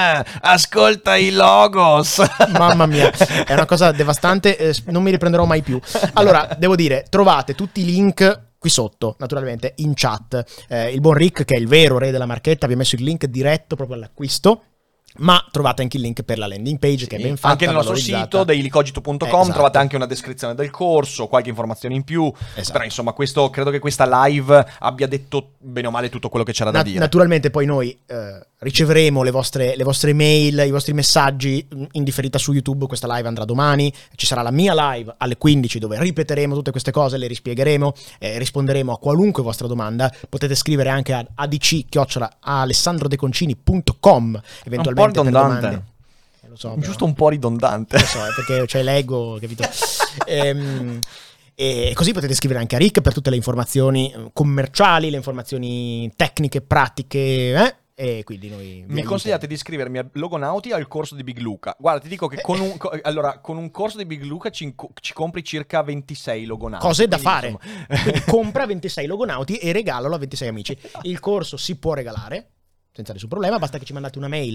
ascolta i logos. Mamma mia, è una cosa devastante, eh, non mi riprenderò mai più. Allora, devo dire, trovate tutti i link qui sotto, naturalmente, in chat. Eh, il buon Rick, che è il vero re della marchetta, vi ha messo il link diretto proprio all'acquisto. Ma trovate anche il link per la landing page, che è ben fatta, Anche nel nostro valorizzata. sito dailycogito punto com Eh, esatto. trovate anche una descrizione del corso, qualche informazione in più. Esatto. Però insomma, questo credo che questa live abbia detto bene o male tutto quello che c'era da Na- dire. Naturalmente poi noi eh, riceveremo le vostre, le vostre mail, i vostri messaggi mh, in differita su YouTube. Questa live andrà domani, ci sarà la mia live alle quindici dove ripeteremo tutte queste cose, le rispiegheremo, eh, risponderemo a qualunque vostra domanda. Potete scrivere anche a adc chiocciola alessandrodeconcini punto com eventualmente un po' per ridondante. domande. Eh, lo so, però. Giusto un po' ridondante. Lo so, è perché c'è l'ego, capito? Ehm, e così potete scrivere anche a Rick per tutte le informazioni eh, commerciali, le informazioni tecniche, pratiche, eh? E quindi noi... vi Mi consigliate di iscrivermi a Logonauti al corso di Big Luca. Guarda, ti dico che con un, co- allora, con un corso di Big Luca ci, inco- ci compri circa ventisei Logonauti. Cose da Quindi, fare. insomma- Quindi compra ventisei Logonauti e regalalo a ventisei amici. Il corso si può regalare senza nessun problema, basta che ci mandate una mail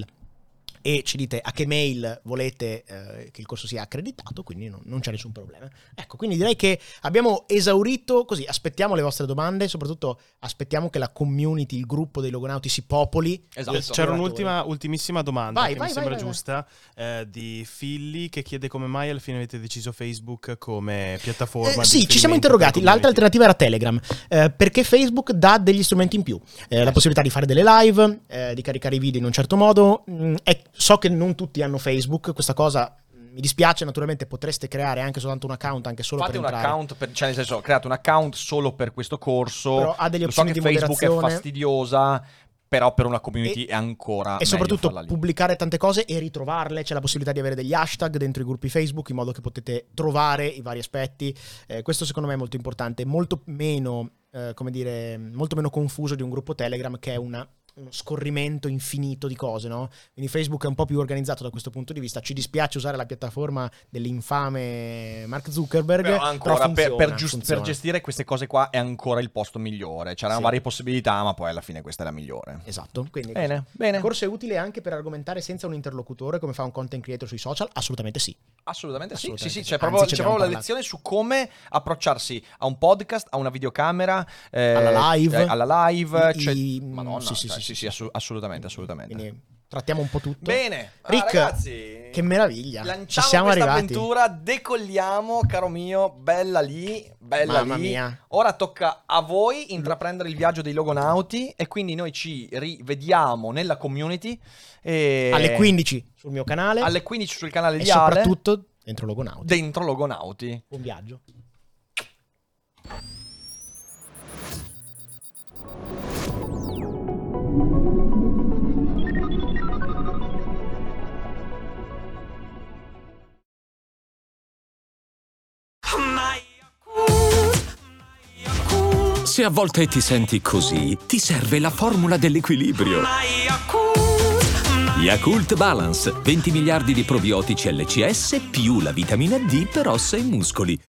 e ci dite a che mail volete eh, che il corso sia accreditato, quindi non, non c'è nessun problema. Ecco, quindi direi che abbiamo esaurito, così aspettiamo le vostre domande, soprattutto aspettiamo che la community, il gruppo dei Logonauti si popoli. Esatto. C'era un'ultima ultimissima domanda Vai, che vai, mi vai, sembra vai, giusta eh, di Philly, che chiede come mai alla fine avete deciso Facebook come piattaforma. Eh, di sì, ci siamo riferimento interrogati. per L'altra community. alternativa era Telegram, eh, perché Facebook dà degli strumenti in più, eh, la possibilità di fare delle live, eh, di caricare i video in un certo modo. Mm, è- so che non tutti hanno Facebook, questa cosa mm, mi dispiace, naturalmente potreste creare anche soltanto un account, anche solo Fate per un entrare. account, per, cioè nel senso, create un account solo per questo corso. Però ha delle Lo so opzioni che di Facebook è moderazione. fastidiosa, però per una community E- è ancora E meglio soprattutto farla lì. pubblicare tante cose e ritrovarle. C'è la possibilità di avere degli hashtag dentro i gruppi Facebook in modo che potete trovare i vari aspetti. Eh, questo secondo me è molto importante, molto meno, eh, come dire, molto meno confuso di un gruppo Telegram che è una, uno scorrimento infinito di cose, no? Quindi Facebook è un po' più organizzato da questo punto di vista. Ci dispiace usare la piattaforma dell'infame Mark Zuckerberg, Però ancora però per, funziona, per giust- funziona. per gestire queste cose qua è ancora il posto migliore. C'erano Sì. varie possibilità, ma poi alla fine questa è la migliore. Esatto, quindi Bene, bene. il corso è utile anche per argomentare senza un interlocutore come fa un content creator sui social? Assolutamente sì. Assolutamente sì. Assolutamente sì, sì, sì. c'è Anzi, proprio, ci c'è abbiamo proprio la parlato. lezione su come approcciarsi a un podcast, a una videocamera, eh, Alla live. eh, alla live, I- cioè, i- Madonna, sì, sì, cioè, sì, sì, sì, sì, assu- assolutamente, assolutamente. Quindi trattiamo un po' tutto. Bene, Rick, ah, ragazzi, che meraviglia. Ci lanciamo siamo questa arrivati. avventura, decolliamo, caro mio, bella lì, bella Mamma lì. mia. Ora tocca a voi intraprendere il viaggio dei Logonauti e quindi noi ci rivediamo nella community e... Alle quindici sul mio canale. alle quindici sul canale e di Ale, soprattutto dentro Logonauti. dentro Logonauti. Buon viaggio. Se a volte ti senti così, ti serve la formula dell'equilibrio. Yakult Balance, venti miliardi di probiotici L C S più la vitamina D per ossa e muscoli.